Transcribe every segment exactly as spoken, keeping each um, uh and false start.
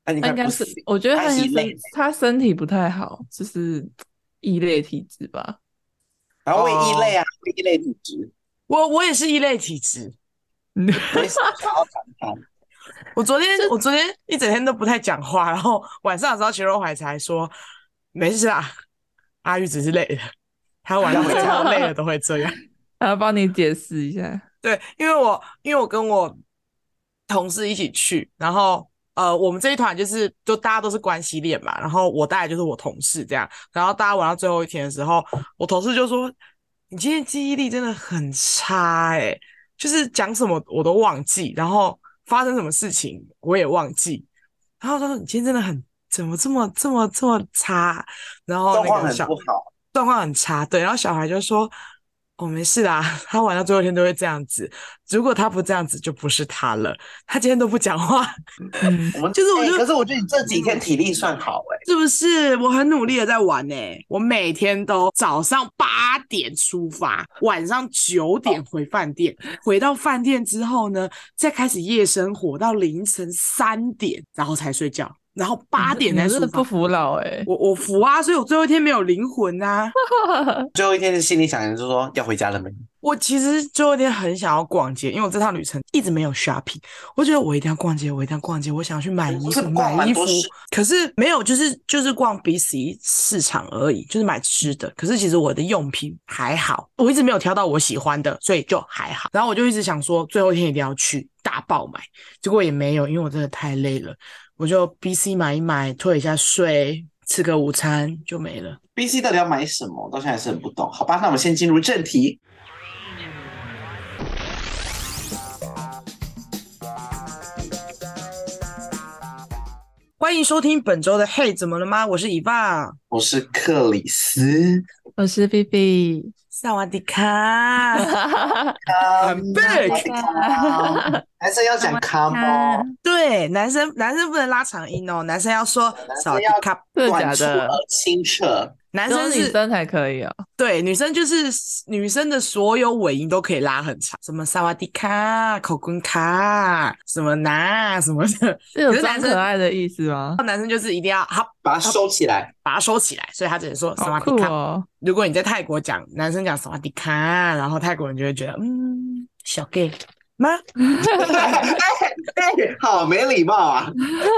他应他应该是， 该不行， 我觉得他他应该身是一类。 他身体不太好，就是异类体质吧。 然后我也异类哦， 啊，我也异类体质， 我我也是一类体质。 嗯， 我也是想要谈谈。 我昨天就我昨天一整天都不太讲话，然后晚上的时候，秦若怀才说没事啊，阿玉只是累了，他晚上最要回家了。 后累了都会这样。 还要帮你解释一下。 对，因为我因为我跟我同事一起去，然后呃，我们这一团就是就大家都是关系链嘛，然后我带的就是我同事这样，然后大家玩到最后一天的时候，我同事就说：“你今天记忆力真的很差诶、就是讲什么我都忘记，然后发生什么事情我也忘记。”然后他说：“你今天真的很怎么这么这么这么差？”然后状况很那个小不好。 状况很差，对，然后小孩就说：“哦，没事啦，他玩到最后一天都会这样子，如果他不这样子，就不是他了。他今天都不讲话， 嗯， 我们哎、 就是我就可是我觉得你这几天体力算好哎、 是不是？我很努力的在玩呢、我每天都早上八点出发，晚上九点回饭店，回到饭店之后呢，再开始夜生活到凌晨三点，然后才睡觉，然后你八点这你们真的再出发。 不服老哎、欸。 我我服啊，所以我最后一天没有灵魂啊。 最后一天是心里想着就说要回家了没？ 我其实最后一天很想要逛街，因为我这趟旅程一直没有 shopping，我觉得我一定要逛街，我一定要逛街，我想要去买衣服， 不是逛买衣服， 蛮多事。 可是没有，就是就是逛 B C 市场而已，就是买吃的。可是其实我的用品还好，我一直没有挑到我喜欢的，所以就还好。然后我就一直想说，最后一天一定要去大爆买，结果也没有，因为我真的太累了，我就 B C 买一买，退一下税，吃个午餐就没了。 B C 到底要买什么？我到现在还是很不懂。好吧，那我们先进入正题。 欢迎收听本周的嘿，怎么了吗？我是以棒。 我是克里斯。 我是 B B。 萨瓦迪卡 I'm I'm back 男生要讲 come 哦， 对，男生男生不能拉长音哦，男生要说男萨瓦生要迪卡， 真的短促假的？ 而清澈。 男只有生是女生才可以哦。 对，女生就是女生的所有尾音都可以拉很长，什么萨瓦迪卡、口棍卡、什么拿什么的。 是有可是男生装可爱的意思吗？ 男生就是一定要好把它收起来。 把它收起来，所以他只能说萨好瓦迪卡。 酷哦！ 如果你在泰国讲，男生讲萨瓦迪卡，然后泰国人就会觉得嗯小 gay 吗？ 哎，好没礼貌啊！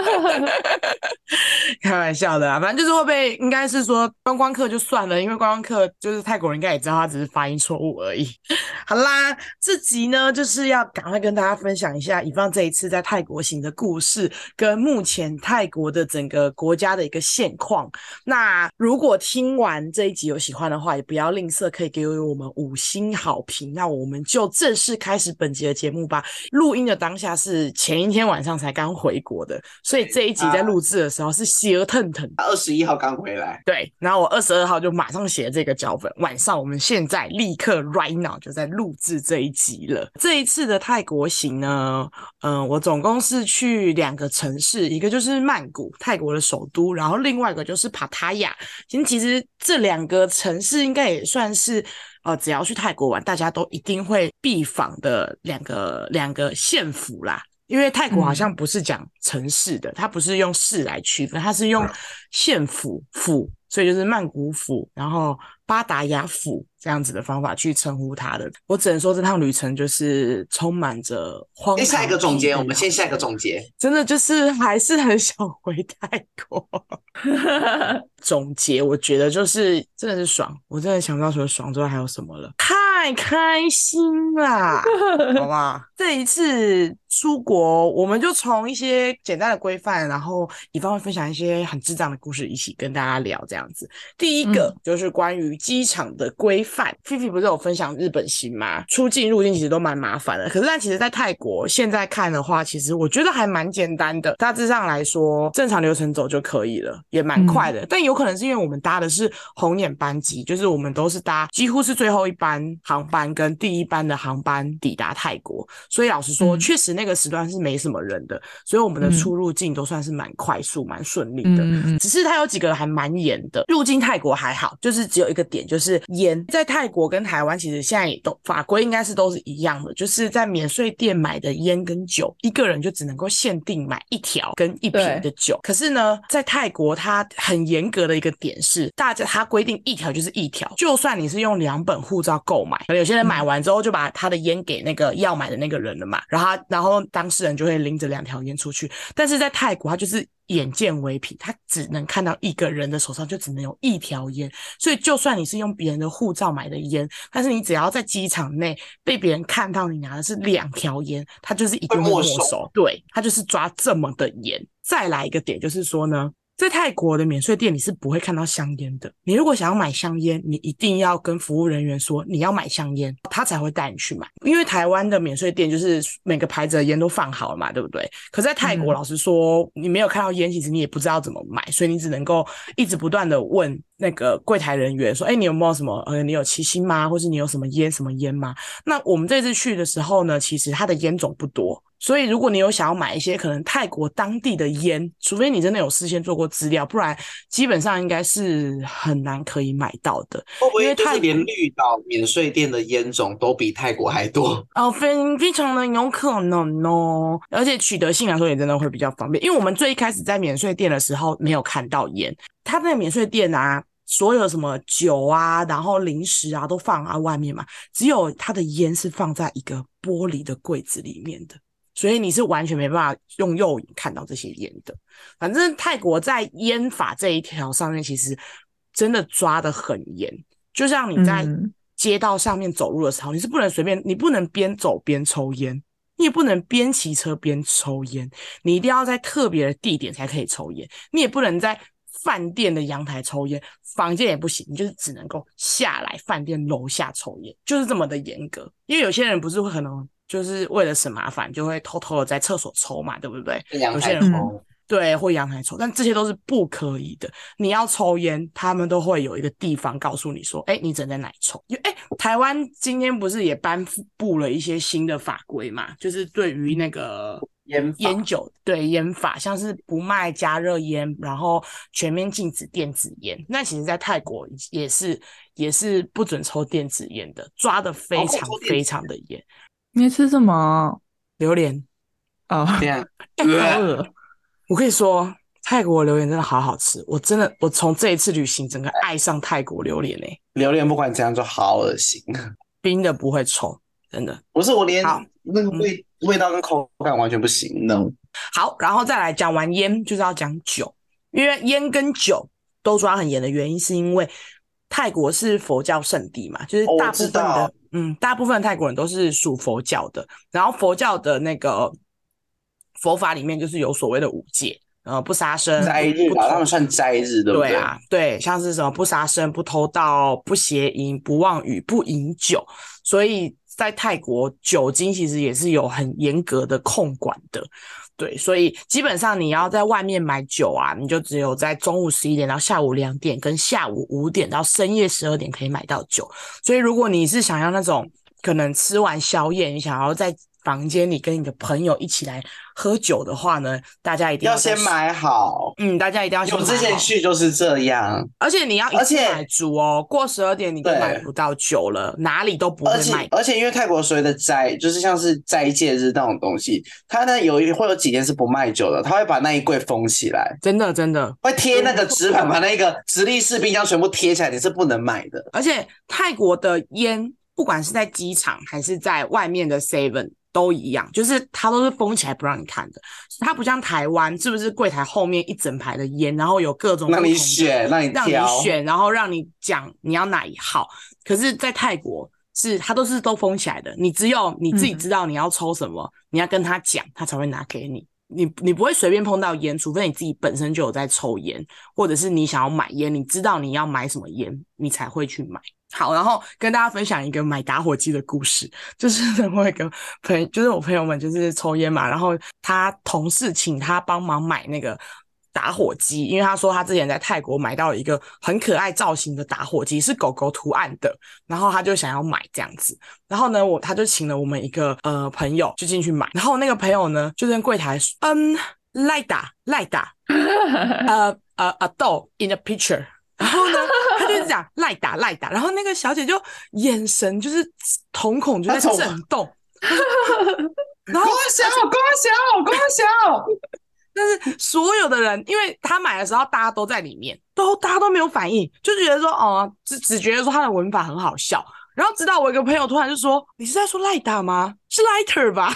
开玩笑的啊，反正就是会被，应该是说观光客就算了，因为观光客就是泰国人应该也知道他只是发音错误而已。好啦，这集呢就是要赶快跟大家分享一下以放这一次在泰国行的故事，跟目前泰国的整个国家的一个现况。那如果听完这一集有喜欢的话，也不要吝啬，可以给我们五星好评。那我们就正式开始本集的节目吧。录音的当下是前一天晚上才刚回国的，所以这一集在录制的时候是喜儿腾腾。 他二十一号刚回来。 对，然后我二十二号就马上写了这个脚本，晚上我们现在立刻 right now 就在录制这一集了。这一次的泰国行呢，嗯、呃，我总共是去两个城市，一个就是曼谷，泰国的首都，然后另外一个就是帕塔亚。其实其实这两个城市应该也算是呃，只要去泰国玩，大家都一定会必访的两个两个县府啦。因为泰国好像不是讲城市的，它不是用市来区分，它是用县府府，所以就是曼谷府，然后巴达雅府这样子的方法去称呼它的。我只能说这趟旅程就是充满着荒唐。 先下一个总结，我们先下一个总结。 真的就是还是很想回泰国。总结我觉得就是真的是爽，我真的想不到除了爽之外还有什么了，太开心啦，好吧？这一次出国，我们就从一些简单的规范，然后以方会分享一些很智障的故事，一起跟大家聊这样子。第一个、嗯、就是关于机场的规范，菲菲不是有分享日本行吗？出境入境其实都蛮麻烦的，可是但其实在泰国现在看的话，其实我觉得还蛮简单的，大致上来说正常流程走就可以了，也蛮快的、嗯、但有可能是因为我们搭的是红眼班机，就是我们都是搭几乎是最后一班航班跟第一班的航班抵达泰国，所以老实说、嗯、确实那个时段是没什么人的，所以我们的出入境都算是蛮快速蛮顺利的、 嗯嗯、 只是它有几个还蛮严的。入境泰国还好，就是只有一个点，就是烟。在泰国跟台湾其实现在也都法规应该是都是一样的，就是在免税店买的烟跟酒，一个人就只能够限定买一条跟一瓶的酒。可是呢在泰国它很严格的一个点是，大家它规定一条就是一条，就算你是用两本护照购买，可能有些人买完之后就把他的烟给那个要买的那个人了嘛，然后他然后当事人就会拎着两条烟出去。但是在泰国他就是眼见为凭，他只能看到一个人的手上就只能有一条烟，所以就算你是用别人的护照买的烟，但是你只要在机场内被别人看到你拿的是两条烟，他就是一定会没收。对，他就是抓这么的严。再来一个点就是说呢，在泰国的免税店你是不会看到香烟的，你如果想要买香烟，你一定要跟服务人员说你要买香烟，他才会带你去买。因为台湾的免税店就是每个牌子的烟都放好了嘛，对不对？可是在泰国、嗯、老实说你没有看到烟，其实你也不知道怎么买，所以你只能够一直不断的问那个柜台人员说，哎，你有没有什么呃，你有七星吗？或是你有什么烟什么烟吗？那我们这次去的时候呢，其实它的烟种不多，所以如果你有想要买一些可能泰国当地的烟，除非你真的有事先做过资料，不然基本上应该是很难可以买到的。 会不会就是连绿岛免税店的烟种都比泰国还多？ 哦，非非常的有可能哦，而且取得性来说也真的会比较方便。因为我们最一开始在免税店的时候没有看到烟，它那个免税店啊，所有什么酒啊，然后零食啊都放在外面嘛，只有它的烟是放在一个玻璃的柜子里面的。所以你是完全没办法用肉眼看到这些烟的。反正泰国在烟法这一条上面其实真的抓得很严，就像你在街道上面走路的时候、嗯、你是不能随便，你不能边走边抽烟，你也不能边骑车边抽烟，你一定要在特别的地点才可以抽烟，你也不能在饭店的阳台抽烟，房间也不行，你就是只能够下来饭店楼下抽烟，就是这么的严格。因为有些人不是会可能就是为了省麻烦就会偷偷的在厕所抽嘛，对不对？ 阳台抽， 有些人对，会阳台抽，但这些都是不可以的。你要抽烟，他们都会有一个地方告诉你说，哎，你只能在哪里抽。哎，台湾今天不是也颁布了一些新的法规嘛？就是对于那个烟烟酒，对烟法，像是不卖加热烟，然后全面禁止电子烟。那其实在泰国也是也是不准抽电子烟的，抓得非常非常的严。 你吃什么？ 榴莲哦， 这样、 欸、好恶。 我可以说泰国榴莲真的好好吃，我真的我从这一次旅行整个爱上泰国榴莲欸。 榴莲不管怎样就好恶心， 冰的不会臭，真的不是我连那个味、嗯、味道跟口感完全不行 no。 好，然后再来讲完烟就是要讲酒，因为烟跟酒都抓很严的原因是因为泰国是佛教圣地嘛，就是大部分的、哦、嗯，大部分的泰国人都是属佛教的，然后佛教的那个佛法里面就是有所谓的五戒，呃，不杀生， 斋日吧，他们算斋日，对不对？ 对啊，对，像是什么不杀生、不偷盗、不邪淫、不妄语、不饮酒，所以在泰国酒精其实也是有很严格的控管的。对，所以基本上你要在外面买酒啊，你就只有在中午十一点到下午两点跟下午五点到深夜十二点可以买到酒。所以如果你是想要那种可能吃完宵夜，你想要在房间里跟你的朋友一起来喝酒的话呢，大家一定要要先买好。 嗯，大家一定要先买好。 我之前去就是这样， 而且你要一次买足哦，过十二点你就买不到酒了，哪里都不会卖。 而且而且因为泰国所谓的斋，就是像是斋戒日那种东西，它呢有会有几天是不卖酒的，他会把那一柜封起来， 真的真的会贴那个纸板，把那个直立式冰箱全部贴起来，你是不能买的。 而且泰国的烟，不管是在机场还是在外面的 seven。都一样，就是它都是封起来不让你看的。它不像台湾，是不是柜台后面一整排的烟，然后有各种让你选，让你挑， 让你选，然后让你讲你要哪一号。可是，在泰国是它都是都封起来的，你只有你自己知道你要抽什么，嗯、你要跟他讲，他才会拿给你。你你不会随便碰到烟，除非你自己本身就有在抽烟，或者是你想要买烟，你知道你要买什么烟，你才会去买。好，然后跟大家分享一个买打火机的故事，就是我有一个朋友，就是我朋友们就是抽烟嘛，然后他同事请他帮忙买那个打火机，因为他说他之前在泰国买到一个很可爱造型的打火机，是狗狗图案的，然后他就想要买这样子。然后呢，我他就请了我们一个呃朋友就进去买，然后那个朋友呢就跟柜台说，嗯，赖打赖打，呃呃 a dog in a picture。然后呢，他就一直讲赖打赖打，然后那个小姐就眼神就是瞳孔就在震动，然后光小光小光小， 但是所有的人，因为他买的时候大家都在里面，都大家都没有反应，就觉得说哦，只只觉得说他的文法很好笑。然后直到我一个朋友突然就说：“你是在说赖打吗？是 lighter 吧？”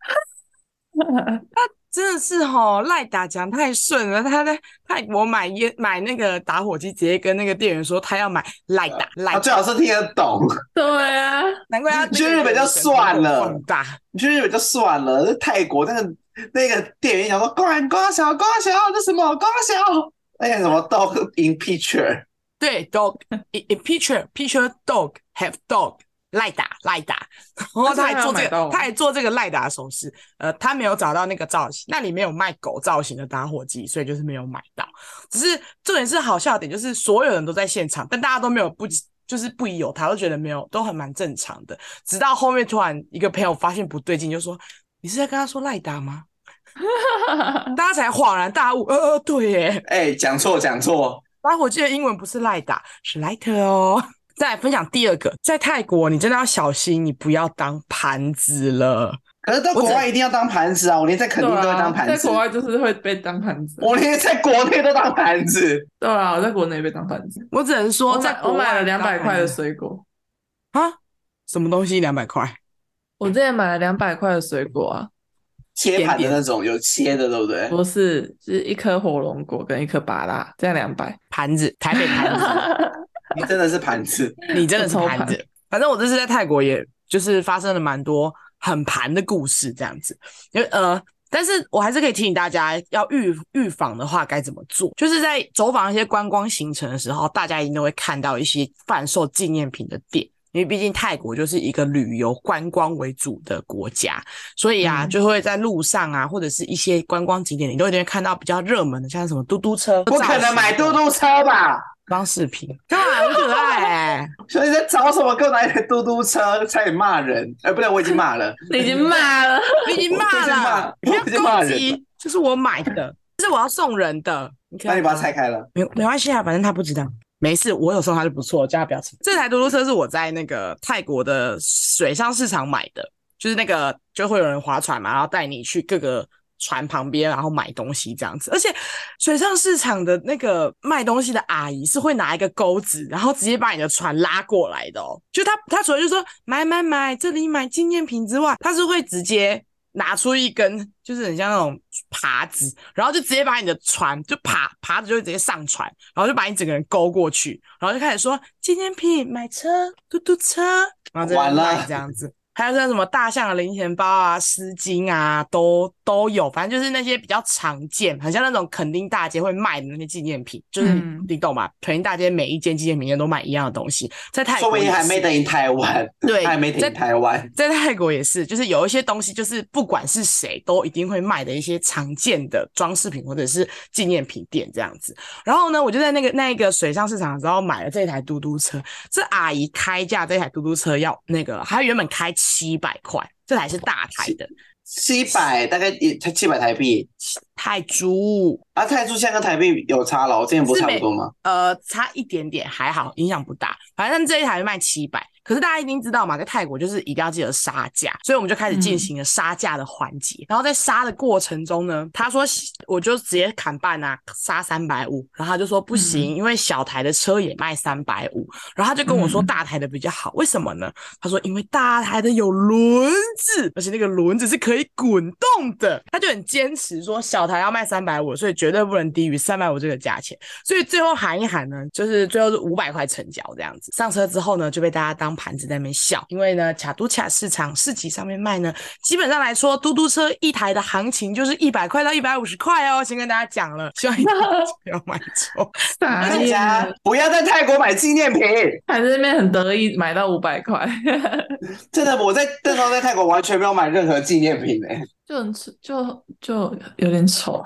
他真的是齁，赖打讲太顺了。他在泰国买烟买那个打火机，直接跟那个店员说他要买赖打赖打， 他最好是听得懂。 对啊， 难怪他你去日本就算了放大， 你去日本就算了，在泰国那个那个店员讲说光光小光小，这什么光小？那个什么 dog in picture， 对 dog in, in picture picture dog have dog。赖打赖打，然后他还做这个，他还做这个赖打的手势。呃，他没有找到那个造型，那里面有卖狗造型的打火机，所以就是没有买到。只是重点是好笑的点，就是所有人都在现场，但大家都没有不就是不疑有他，都觉得没有，都很蛮正常的。直到后面突然一个朋友发现不对劲，就说：“你是在跟他说赖打吗？”大家才恍然大悟，呃呃，对耶， 哎、欸，讲错讲错， 打火机的英文不是赖打，是 lighter 哦。再来分享第二个，在泰国你真的要小心，你不要当盘子了。 可是到国外一定要当盘子啊！我连在垦丁都会当盘子， 啊、在国外就是会被当盘子。 我连在国内都当盘子。 对啊，我在国内被当盘子。 我只能说在国外， 我买了两百块的水果啊，什么东西两百块？ 我之前买了两百块的水果啊， 切盘的那种，有切的，对不对？ 不是，是一颗火龙果跟一颗芭乐，这样两百盘子，台北盘子。 你真的是盘子， 你真的是盘子。反正我这次在泰国，也就是发生了蛮多很盘的故事，这样子。因为呃，但是我还是可以提醒大家，要预预防的话该怎么做。就是在走访一些观光行程的时候，大家一定都会看到一些贩售纪念品的店。因为毕竟泰国就是一个旅游观光为主的国家，所以啊，嗯、就会在路上啊，或者是一些观光景点，你都一定会看到比较热门的，像什么嘟嘟车。 不可能买嘟嘟车吧？ 装饰品，干嘛很可爱哎、欸！ 所以你在找什么？给我拿一台嘟嘟车，差点骂人。哎、欸，不对，我已经骂了， 你已经骂了， 你已经骂了， 我已经骂人。 这是我买的，这是我要送人的。你那你把它拆开了， 没没关系啊，反正他不知道。没事，我有送他就不错，叫他不要吃。这台嘟嘟车是我在那个泰国的水上市场买的，就是那个就会有人划船嘛，然后带你去各个船旁边，然后买东西这样子。而且水上市场的那个卖东西的阿姨是会拿一个钩子，然后直接把你的船拉过来的哦。就他他除了就说买买买，这里买纪念品之外，他是会直接拿出一根就是很像那种耙子，然后就直接把你的船就耙耙子就会直接上船，然后就把你整个人勾过去，然后就开始说纪念品买车嘟嘟车，然后这样卖这样子。还有像什么大象的零钱包啊、丝巾啊，都都有，反正就是那些比较常见，很像那种垦丁大街会卖的那些纪念品，就是你、嗯、你懂吗？垦丁大街每一间纪念品店都卖一样的东西，在泰国说不定还没等于台湾， 对， 还没等于台湾， 在泰国也是，就是有一些东西，就是不管是谁都一定会卖的一些常见的装饰品或者是纪念品店这样子。然后呢，我就在那个那个水上市场的时候买了这台嘟嘟车，这阿姨开价这台嘟嘟车要那个，她原本开七百块，这台是大台的， 七百大概也才七百台币， 泰铢啊，泰铢现在跟台币有差了，之前不是差不多吗？ 呃，差一点点，还好，影响不大。反正这一台卖七百，可是大家一定知道嘛，在泰国就是一定要记得杀价，所以我们就开始进行了杀价的环节。嗯、然后在杀的过程中呢，他说我就直接砍半啊，杀三百五，然后他就说不行，嗯、因为小台的车也卖三百五，然后他就跟我说大台的比较好，嗯、为什么呢？他说因为大台的有轮子，而且那个轮子是可以滚动的，他就很坚持说小台要卖三百五，所以绝对不能低于三百五这个价钱，所以最后喊一喊呢，就是最后是五百块成交这样子。上车之后呢，就被大家当盘子在那边笑，因为呢，卡都卡市场市集上面卖呢，基本上来说，嘟嘟车一台的行情就是一百块到一百五十块哦，先跟大家讲了，希望你不要买错。 大家不要在泰国买纪念品， 还在那边很得意买到五百块， 真的，我在那时候在泰国完全没有买任何纪念品诶、欸， 就很就就有点丑。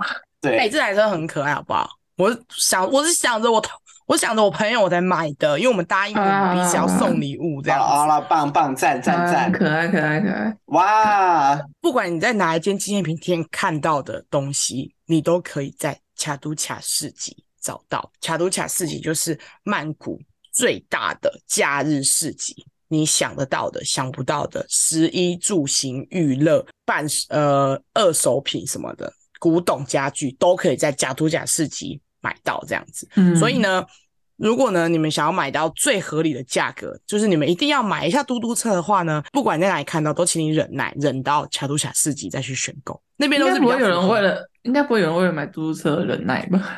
对， 哎、欸，这台车很可爱，好不好？我想，我是想着我，我想着我朋友我才买的，因为我们答应我们彼此要送礼物这样子。 好了，棒棒，赞赞赞， 可爱可爱可爱！ 哇， 不管你在哪一间纪念品店看到的东西，你都可以在卡都卡市集找到。卡都卡市集就是曼谷最大的假日市集。你想得到的、想不到的，食衣住行娱乐、伴呃二手品什么的，古董家具都可以在假都假市集买到这样子。嗯，所以呢，如果呢你们想要买到最合理的价格，就是你们一定要买一下嘟嘟车的话呢，不管在哪里看到，都请你忍耐，忍到假都假市集再去选购。那边都是比较应该不会有人为了，应该不会有人为了买嘟嘟车忍耐吧？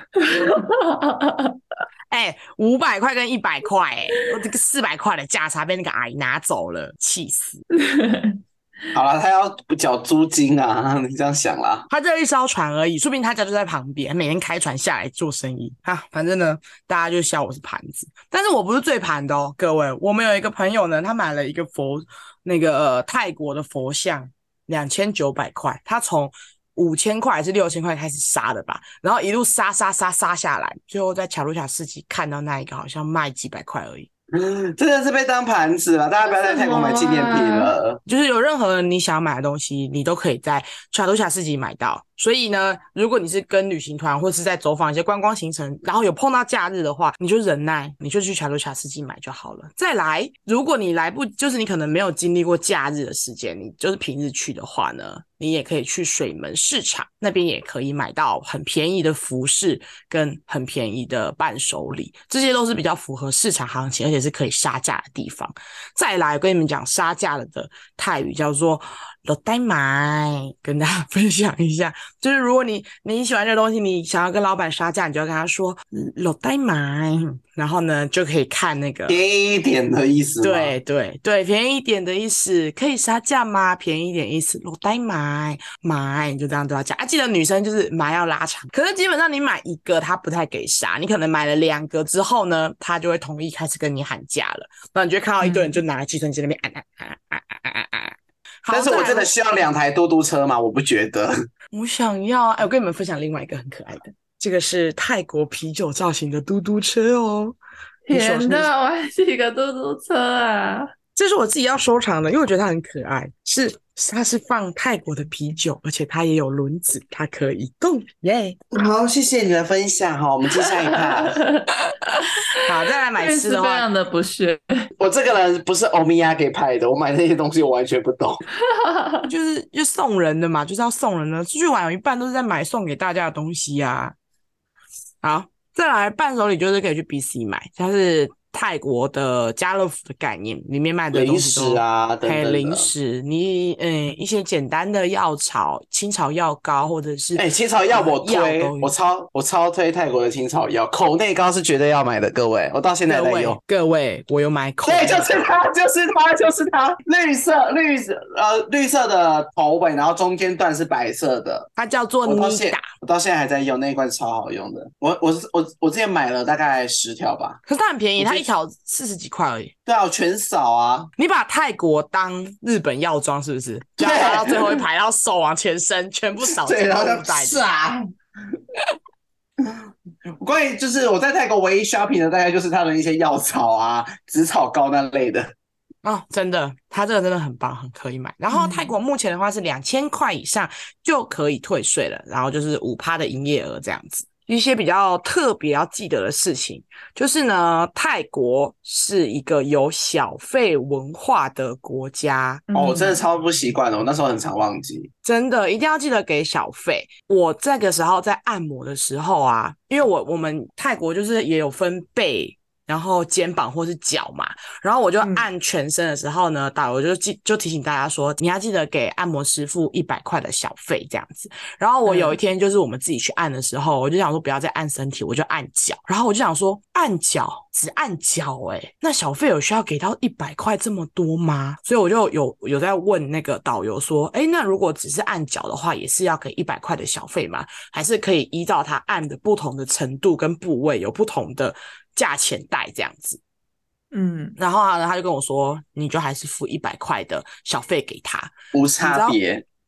哎、欸，五百块跟一百块，哎，我这个四百块的价差被那个阿姨拿走了，气死！ 好了，他要缴租金啊，你这样想啦。 他这一艘船而已，说不定他家就在旁边，每天开船下来做生意啊。反正呢，大家就笑我是盘子，但是我不是最盘的哦，各位。我们有一个朋友呢，他买了一个佛，那个、呃、泰国的佛像，两千九百块，他从五千块还是六千块开始杀的吧，然后一路杀杀杀杀下来，最后在卡路卡市集看到那一个好像卖几百块而已。 真的是被当盘子了，大家不要在泰国买纪念品了。 就是有任何你想要买的东西，你都可以在卡都卡市集买到。所以呢，如果你是跟旅行团或是在走访一些观光行程，然后有碰到假日的话，你就忍耐，你就去卡都卡市集买就好了。再来，如果你来不，就是你可能没有经历过假日的时间，你就是平日去的话呢，你也可以去水门市场，那边也可以买到很便宜的服饰跟很便宜的伴手礼，这些都是比较符合市场行情，而且是可以杀价的地方。再来，我跟你们讲杀价了的泰语叫做落袋买，跟大家分享一下，就是如果你你喜欢这个东西，你想要跟老板杀价，你就要跟他说落袋买，然后呢就可以看那个便宜一点的意思吗？ 对对对，便宜一点的意思，可以杀价吗？便宜一点意思，落袋买买，你就这样都要讲啊。记得女生就是买要拉长，可是基本上你买一个他不太给杀，你可能买了两个之后呢，他就会同意开始跟你喊价了，那你就会看到一堆人就拿来计算机那边按按按按按按按。 但是我真的需要两台嘟嘟车吗？我不觉得。 我想要，哎，我跟你们分享另外一个很可爱的，这个是泰国啤酒造型的嘟嘟车哦。 天哪，我还是一个嘟嘟车啊！ 这是我自己要收藏的，因为我觉得它很可爱。是，它是放泰国的啤酒，而且它也有轮子，它可以动耶。 Yeah! 好，谢谢你的分享哈，我们接下一趴。 好，再来买吃的话， 非常的不屑。 我这个人不是欧米亚给派的，我买那些东西我完全不懂。 就是就送人的嘛，就是要送人的。出去玩有一半都是在买送给大家的东西啊。好，再来伴手礼就是可以去 B C 买，它是泰国的家乐福的概念，里面卖的东西都零食啊，等等还有零食，你嗯一些简单的药草、青草药膏，或者是哎、欸，青草药我推， 呃、 我超我超推泰国的青草药，口内膏是绝对要买的，各位，我到现在在用。 各位，各位我有买口内膏， 对，就是它，就是它，就是它，绿色绿色呃绿色的头尾，然后中间段是白色的， 它叫做妮达， 我到现在还在用，那一罐超好用的。我我我我之前买了大概十条吧， 可是它很便宜，它一条四十几块而已。 对啊，我全扫啊！ 你把泰国当日本药妆是不是？就要到最后一排，然后手往前伸，全部扫对，然后就是啊。关于就是我在泰国唯一 shopping 的大概就是它的一些药草啊、紫草膏那类的。 哦，真的，它这个真的很棒，很可以买。然后泰国目前的话是两千块以上就可以退税了，然后就是五趴的营业额这样子。一些比较特别要记得的事情，就是呢，泰国是一个有小费文化的国家。 哦，我真的超不习惯的，我那时候很常忘记。 真的，一定要记得给小费。我这个时候在按摩的时候啊，因为我我们泰国就是也有分背，然后肩膀或是脚嘛，然后我就按全身的时候呢，导游就记就提醒大家说，你要记得给按摩师付一百块的小费这样子。然后我有一天就是我们自己去按的时候，我就想说不要再按身体，我就按脚。然后我就想说按脚只按脚欸，那小费有需要给到一百块这么多吗？所以我就有有在问那个导游说，诶，那如果只是按脚的话，也是要给一百块的小费吗？还是可以依照他按的不同的程度跟部位有不同的价钱带这样子？嗯，然后呢，他就跟我说，你就还是付一百块的小费给他， 无差别。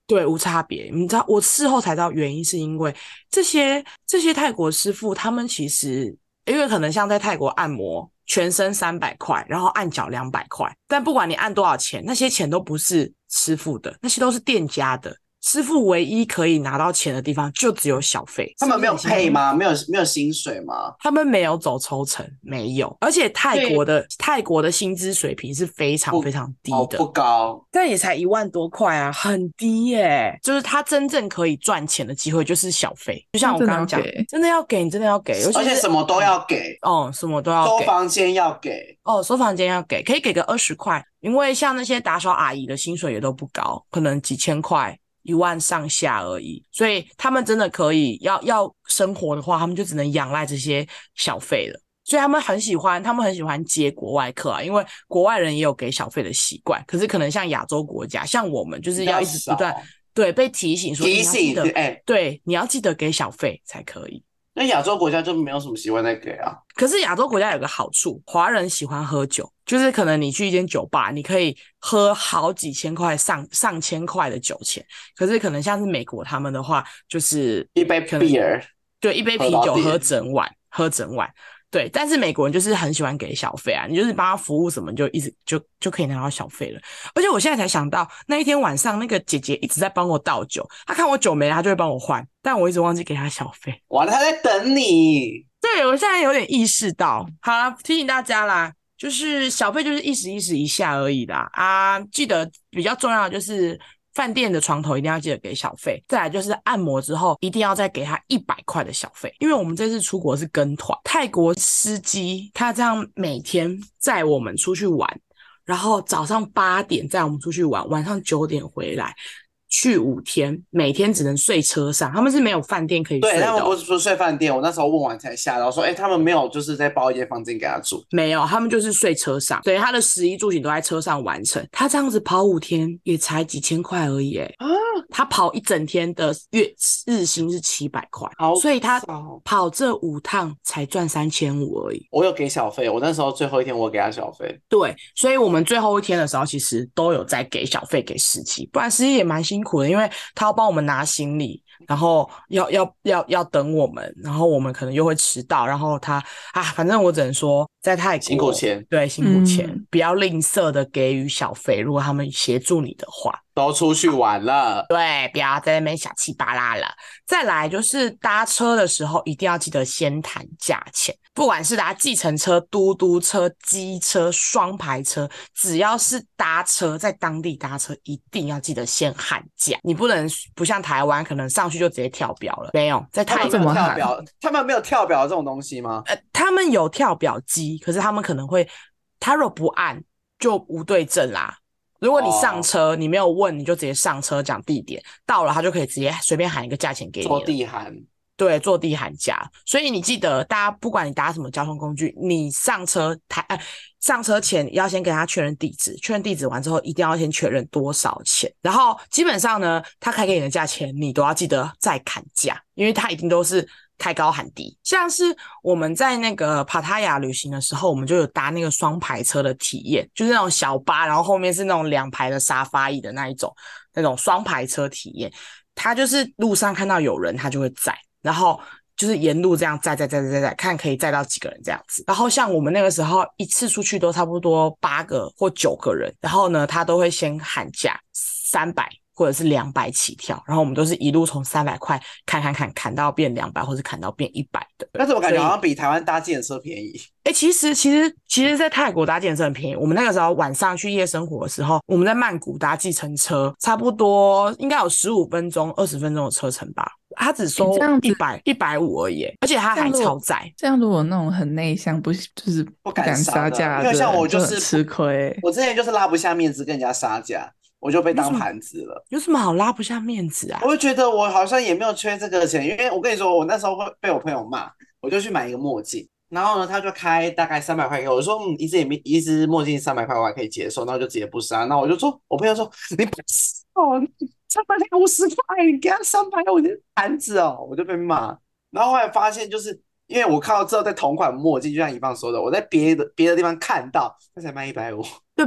对，无差别。你知道，我事后才知道原因是因为这些这些泰国师傅，他们其实因为可能像在泰国按摩，全身三百块，然后按脚两百块，但不管你按多少钱，那些钱都不是师傅的，那些都是店家的。师傅唯一可以拿到钱的地方就只有小费。 他们没有配吗？没有没有薪水吗？ 他们没有走抽成，没有。而且泰国的泰国的薪资水平是非常非常低的， 哦、不高， 但也才一万多块啊，很低耶。就是他真正可以赚钱的机会就是小费，就像我刚刚讲，真的要给，你真的要给， 而且什么都要给， 哦，什么都要给， 收房间要给， 哦，收房间要给，可以给个二十块，因为像那些打扫阿姨的薪水也都不高，可能几千块。一万上下而已，所以他们真的可以要要生活的话，他们就只能仰赖这些小费了。所以他们很喜欢，他们很喜欢接国外客啊，因为国外人也有给小费的习惯。可是可能像亚洲国家，像我们就是要一直不断对被提醒说， 提醒哎、欸，对，你要记得给小费才可以。 那亚洲国家就没有什么习惯在给啊。 可是亚洲国家有个好处，华人喜欢喝酒，就是可能你去一间酒吧，你可以喝好几千块、上上千块的酒钱。可是可能像是美国他们的话，就是一杯 beer， 对，一杯啤酒喝整晚，喝整晚。对，但是美国人就是很喜欢给小费啊，你就是帮他服务什么，就一直就就可以拿到小费了。而且我现在才想到，那一天晚上那个姐姐一直在帮我倒酒，她看我酒没了，她就会帮我换，但我一直忘记给她小费。 哇，她在等你。 对，我现在有点意识到。好啦，提醒大家啦，就是小费就是一时一时一下而已啦啊，记得比较重要的就是饭店的床头一定要记得给小费，再来就是按摩之后一定要再给他一百块的小费，因为我们这次出国是跟团，泰国司机他这样每天载我们出去玩，然后早上八点载我们出去玩，晚上九点回来。去五天，每天只能睡车上，他们是没有饭店可以睡的、哦。 对，他们不是不睡饭店，我那时候问完才吓到，说，哎、欸，他们没有就是在包一间房间给他住， 没有，他们就是睡车上，所以他的食衣住行都在车上完成。他这样子跑五天也才几千块而已，哎，啊，他跑一整天的月日薪是七百块，所以他跑这五趟才赚三千五而已。 我有给小费，我那时候最后一天我给他小费。 对，所以我们最后一天的时候，其实都有在给小费给司机，不然司机也蛮辛苦的，因为他要帮我们拿行李，然后要要要要等我们，然后我们可能又会迟到，然后他啊，反正我只能说，在泰国辛苦钱， 对，辛苦钱，嗯、不要吝啬的给予小费，如果他们协助你的话。 都出去玩了， 对，不要在那边小气巴拉了。再来就是搭车的时候，一定要记得先谈价钱，不管是搭计程车、嘟嘟车、机车、双排车，只要是搭车，在当地搭车，一定要记得先喊价。你不能不像台湾，可能上去就直接跳表了，没有，在泰国他们没有跳表，他们没有跳表这种东西吗？ 呃，他们有跳表机，可是他们可能会，他若不按就无对证啦。如果你上车、哦、你没有问，你就直接上车讲地点，到了他就可以直接随便喊一个价钱给你了， 坐地喊。 对，坐地喊价。所以你记得，大家不管你搭什么交通工具，你上车台、呃、上车前要先给他确认地址，确认地址完之后一定要先确认多少钱，然后基本上呢，他开给你的价钱你都要记得再砍价，因为他一定都是开高喊低。像是我们在那个帕塔亚旅行的时候，我们就有搭那个双排车的体验，就是那种小巴，然后后面是那种两排的沙发椅的那一种，那种双排车体验。他就是路上看到有人他就会载，然后就是沿路这样载载载载载，看可以载到几个人这样子。然后像我们那个时候一次出去都差不多八个或九个人，然后呢他都会先喊价三百或者是两百起跳，然后我们都是一路从三百块砍砍砍砍到变两百，或是砍到变一百的。 但是我感觉好像比台湾搭计程车便宜。 哎、欸，其实其实其实，在泰国搭计程车很便宜。我们那个时候晚上去夜生活的时候，我们在曼谷搭计程车，差不多应该有十五分钟、二十分钟的车程吧。他只收一百一百五而已，而且他还超载。 这样如果那种很内向，不就是不敢杀价， 因为像我就是就吃亏。 我之前就是拉不下面子跟人家杀价。我就被当盘子了。 有什么好拉不下面子啊？ 我就觉得我好像也没有缺这个钱，因为我跟你说，我那时候会被我朋友骂，我就去买一个墨镜，然后呢，他就开大概三百块给我，我说嗯，一只也没一只墨镜三百块我还可以接受，然后就直接不杀。那我就说，我朋友说你不是哦，三百五十块，你给他三百，我是盘子哦，我就被骂。然后后来发现，就是因为我看到之后，在同款墨镜，就像以放说的，我在别的别的地方看到，他才卖一百五， 对吧？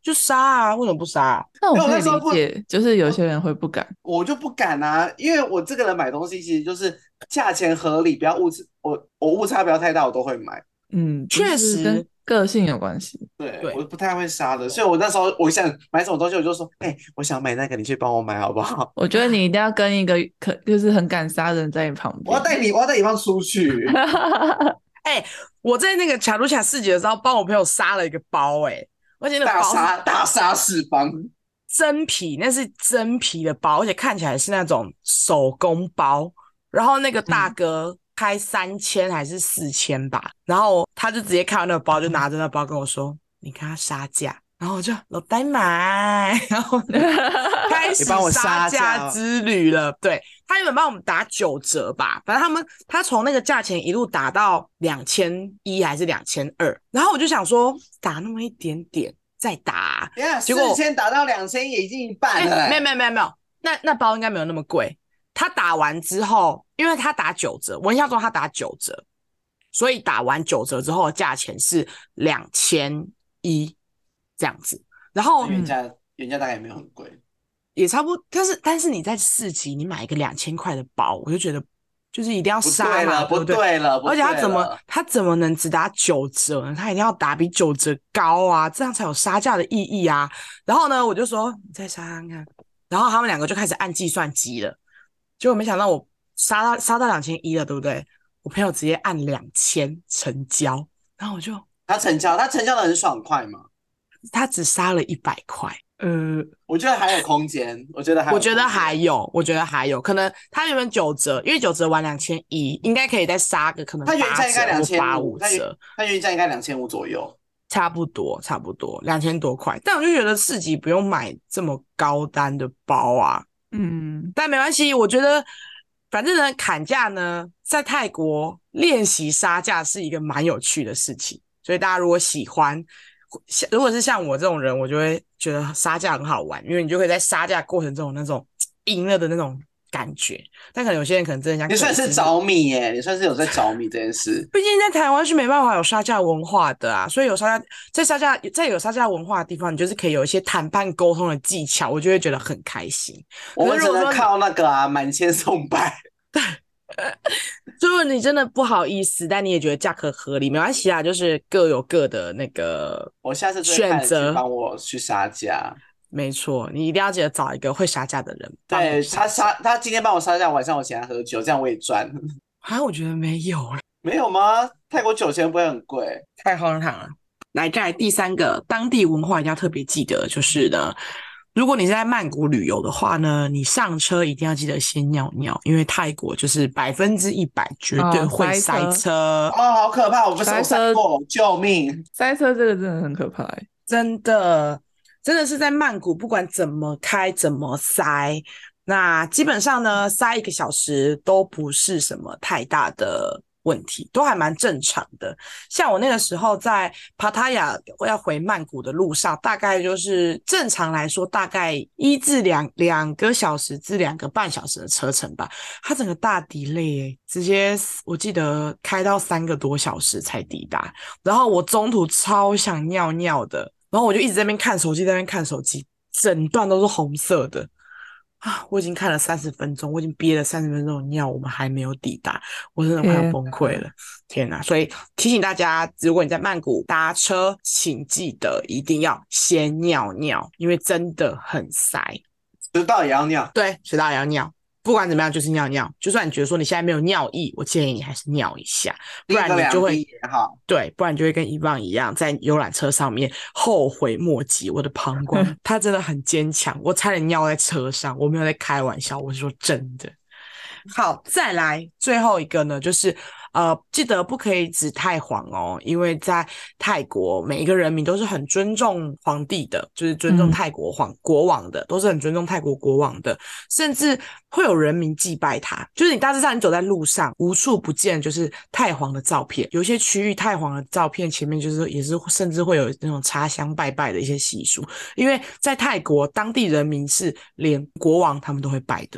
就杀啊，为什么不杀啊？ 那我可以因为我那时候不理解，就是有些人会不敢。 我就不敢啊，因为我这个人买东西其实就是价钱合理，不要误差，我我误差不要太大，我都会买。 嗯，就确是跟实， 个性有关系。 对， 对我不太会杀的，所以我那时候我想买什么东西，我就说，哎、我想买那个，你去帮我买好不好？ 我觉得你一定要跟一个可就是很敢杀的人在你旁边。 我要带你，我要带你放出去。 哎、我在那个卡路卡市集的时候，帮我朋友杀了一个包、哎，而且那个大包杀大杀四方， 真皮，那是真皮的包，而且看起来是那种手工包。然后那个大哥开三千还是四千吧，然后他就直接看到那个包，就拿着那包跟我说：“你跟他杀价。”然后我就老呆买，然后呢开始你帮我杀杀价价之旅了。对，他原本帮我们打九折吧，反正他们他从那个价钱一路打到两千一还是两千二，然后我就想说打那么一点点再打啊、 等一下结果四千打到两千也已经一半了、欸。 没有没有没有没有，那那包应该没有那么贵。他打完之后，因为他打九折，我印象中他打九折，所以打完九折之后的价钱是两千一这样子。然后原价原价大概也没有很贵， 也差不多，但是但是你在市集你买一个两千块的包，我就觉得就是一定要不杀嘛， 对了，不对不对？ 对了，不而且他对怎么了他怎么能只打九折呢？他一定要打比九折高啊，这样才有杀价的意义啊。然后呢，我就说你再杀看看，然后他们两个就开始按计算机了。结果没想到我杀到杀到两千一了，对不对？我朋友直接按两千成交，然后我就他成交，他成交的很爽快嘛， 他只杀了一百块，呃， 我觉得还有空间，我觉得还有空间， 我觉得还有，我觉得还有可能他原本九折，因为九折完两千一，应该可以再杀个可能他原八价应该两折或八千五，他原五折， 他原价应该两千五左右。 差不多差不多两千多块。但我就觉得市集不用买这么高单的包啊， 嗯， 但没关系，我觉得反正呢，砍价呢，在泰国练习杀价是一个蛮有趣的事情，所以大家如果喜欢，如果是像我这种人，我就会觉得杀价很好玩，因为你就可以在杀价过程中有那种赢了的那种感觉。但可能有些人可能真的像你算是着迷耶，你算是有在着迷这件事。 毕竟在台湾是没办法有杀价文化的啊，所以有杀价，在杀价在有杀价文化的地方，你就是可以有一些谈判沟通的技巧，我就会觉得很开心。 我们只能靠那个啊，满千送百。 如果你真的不好意思，但你也觉得价格合理，没关系啊，就是各有各的那个我下次就会选派人去择。 帮我去杀价。 没错，你一定要记得找一个会杀价的人帮你对，他杀杀，他今天帮我杀价，晚上我请他喝酒，这样我也赚。 啊，我觉得没有了， 没有吗？泰国酒钱不会很贵？ 太荒唐了。来，再来第三个当地文化一定要特别记得，就是呢，如果你是在曼谷旅游的话呢，你上车一定要记得先尿尿，因为泰国就是百分之一百绝对哦会塞车塞车， 哦，好可怕！我不是我塞车塞过，救命！ 塞车这个真的很可怕欸。 真的，真的是在曼谷，不管怎么开怎么塞，那基本上呢，塞一个小时都不是什么太大的问题，都还蛮正常的。像我那个时候在帕塔亚要回曼谷的路上，大概就是正常来说，大概一至两两个小时至两个半小时的车程吧。它整个大 delay，直接我记得开到三个多小时才抵达。然后我中途超想尿尿的，然后我就一直在那边看手机，在那边看手机，整段都是红色的。啊！我已经看了三十分钟，我已经憋了三十分钟的尿，我们还没有抵达，我真的快要崩溃了！天哪！所以提醒大家，如果你在曼谷搭车，请记得一定要先尿尿，因为真的很塞。 迟到也要尿。 对，迟到也要尿。不管怎么样，就是尿尿。就算你觉得说你现在没有尿意，我建议你还是尿一下，不然你就会也好， 对，不然你就会跟伊棒一样，在游览车上面后悔莫及。我的膀胱，他真的很坚强，我差点尿在车上，我没有在开玩笑，我是说真的。好，再来最后一个呢，就是呃，记得不可以指太皇哦，因为在泰国每一个人民都是很尊重皇帝的，就是尊重泰国皇、嗯、国王的，都是很尊重泰国国王的，甚至会有人民祭拜他。就是你大致上你走在路上，无处不见就是太皇的照片，有一些区域太皇的照片前面就是也是甚至会有那种插香拜拜的一些习俗，因为在泰国当地人民是连国王他们都会拜的。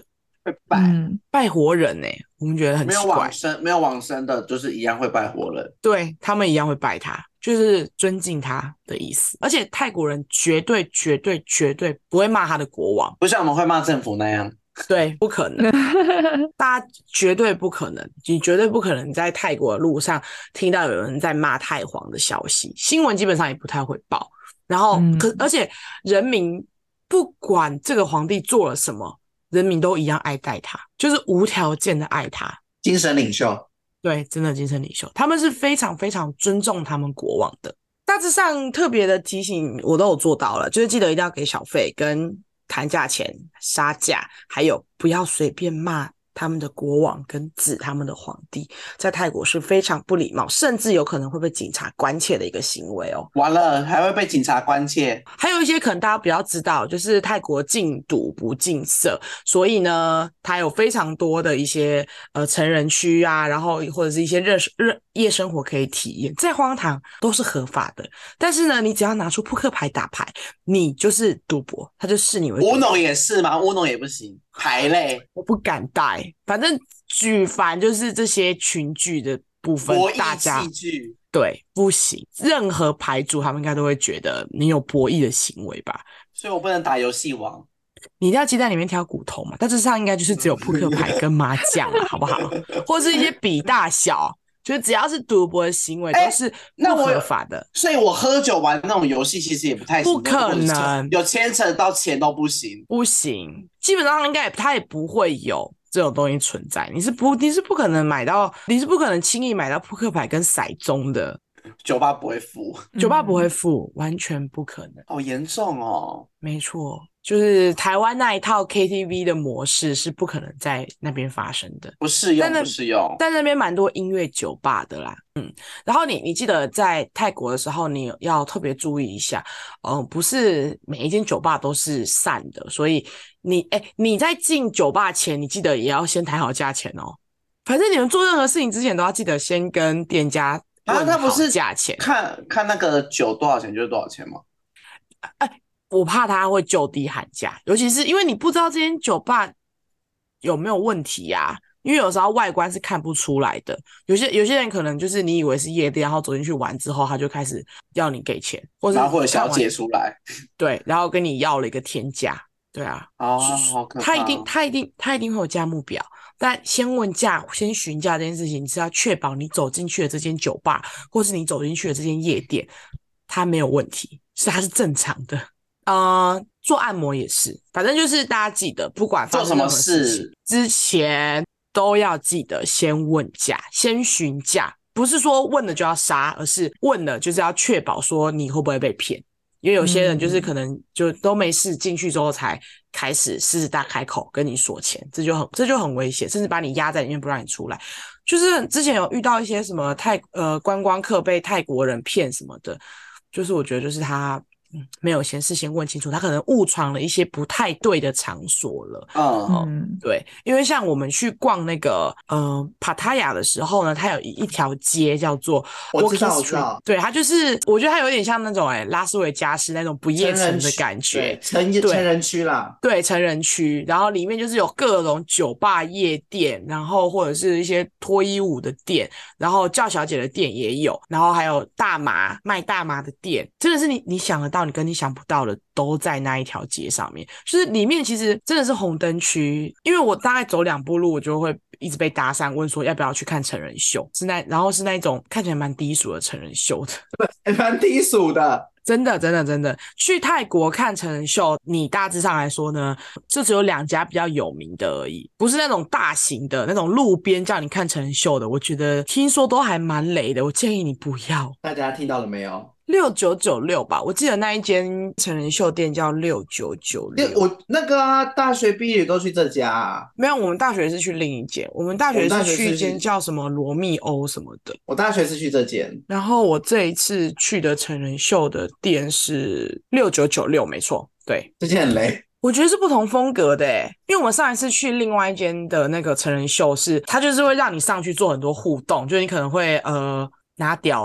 会拜， 嗯， 拜活人欸，我们觉得很没有奇怪。 往生，没有往生的，就是一样会拜活人。 对，他们一样会拜他，就是尊敬他的意思。而且泰国人绝对绝对绝对不会骂他的国王， 不像我们会骂政府那样。 对，不可能，大家绝对不可能，你绝对不可能在泰国的路上听到有人在骂太皇的消息，新闻基本上也不太会报。然后， 嗯可而且人民不管这个皇帝做了什么，人民都一样爱戴他，就是无条件的爱他。 精神领袖。 对，真的精神领袖，他们是非常非常尊重他们国王的。大致上特别的提醒我都有做到了，就是记得一定要给小费，跟谈价钱、杀价，还有不要随便骂他们的国王跟指他们的皇帝，在泰国是非常不礼貌，甚至有可能会被警察关切的一个行为哦。 完了还会被警察关切。 还有一些可能大家比较知道，就是泰国禁赌不禁色，所以呢，它有非常多的一些呃成人区啊，然后或者是一些热热夜生活可以体验，在荒唐都是合法的。但是呢，你只要拿出扑克牌打牌，你就是赌博，他就视你为赌博。 乌龙也是吗？乌龙也不行，牌类我不敢带，反正举凡就是这些群聚的部分， 博大家弈器具。 对不行，任何牌主他们应该都会觉得你有博弈的行为吧。 所以我不能打游戏王。 你一定要鸡蛋里面挑骨头嘛，大致上应该就是只有扑克牌跟麻将啊，好不好？或是一些比大小，就是只要是赌博的行为都是不合法的。欸、 所以我喝酒玩那种游戏其实也不太行， 不可能， 有牵扯到钱都不行， 不行，基本上应该他也不会有这种东西存在。你是不你是不可能买到，你是不可能轻易买到扑克牌跟骰盅的。 酒吧不会付， 酒吧不会付，嗯、完全不可能。 好严重哦！ 没错，就是台湾那一套 K T V 的模式是不可能在那边发生的， 不适用，不适用。 但那边蛮多音乐酒吧的啦，嗯。然后你你记得在泰国的时候，你要特别注意一下，嗯、呃，不是每一间酒吧都是散的，所以你哎你在进酒吧前，你记得也要先谈好价钱哦。反正你们做任何事情之前都要记得先跟店家。 啊，他不是价钱看看那个酒多少钱就是多少钱吗？ 哎、欸，我怕他会就地喊价，尤其是因为你不知道这间酒吧有没有问题啊。因为有时候外观是看不出来的，有些有些人可能就是你以为是夜店，然后走进去玩之后，他就开始要你给钱，或者然后会有小姐出来， 对，然后跟你要了一个天价，对啊， 哦，好可怕。 他一定他一定他一定会有价目表。但先问价先询价这件事情，你是要确保你走进去的这间酒吧或是你走进去的这间夜店它没有问题，是它是正常的。呃，做按摩也是，反正就是大家记得不管发生任何事情之前都要记得先问价先询价，不是说问了就要杀，而是问了就是要确保说你会不会被骗。因为有些人就是可能就都没事进去之后才开始狮子大开口跟你索钱，这就很这就很危险，甚至把你压在里面不让你出来。就是之前有遇到一些什么泰呃观光客被泰国人骗什么的，就是我觉得就是他嗯没有先事先问清楚，他可能误闯了一些不太对的场所了。 嗯， 嗯对，因为像我们去逛那个呃帕塔亚的时候呢，它有一一条街叫做 Walking Street， 对，它就是我觉得它有点像那种哎、欸、拉斯维加斯那种不夜城的感觉， 成成人区啦， 对，成人区，然后里面就是有各种酒吧、夜店，然后或者是一些脱衣舞的店，然后叫小姐的店也有，然后还有大麻卖大麻的店，真的是你你想得到，你跟你想不到的都在那一条街上面，就是里面其实真的是红灯区，因为我大概走两步路，我就会一直被搭讪问说要不要去看成人秀，是那然后是那种看起来蛮低俗的成人秀的， 蛮低俗的。 真的真的真的，去泰国看成人秀，你大致上来说呢，就只有两家比较有名的而已，不是那种大型的那种路边叫你看成人秀的，我觉得听说都还蛮雷的，我建议你不要。 大家听到了没有？ 六九九六吧，我记得那一间成人秀店叫六九九六。 我那个啊，大学毕业都去这家啊。 没有，我们大学是去另一间，我们大学是去一间叫什么罗密欧什么的。 我大学是去这间， 然后我这一次去的成人秀的店是六九九六，没错，对， 这间很雷。 我觉得是不同风格的诶，因为我们上一次去另外一间的那个成人秀是，它就是会让你上去做很多互动，就是你可能会呃拿屌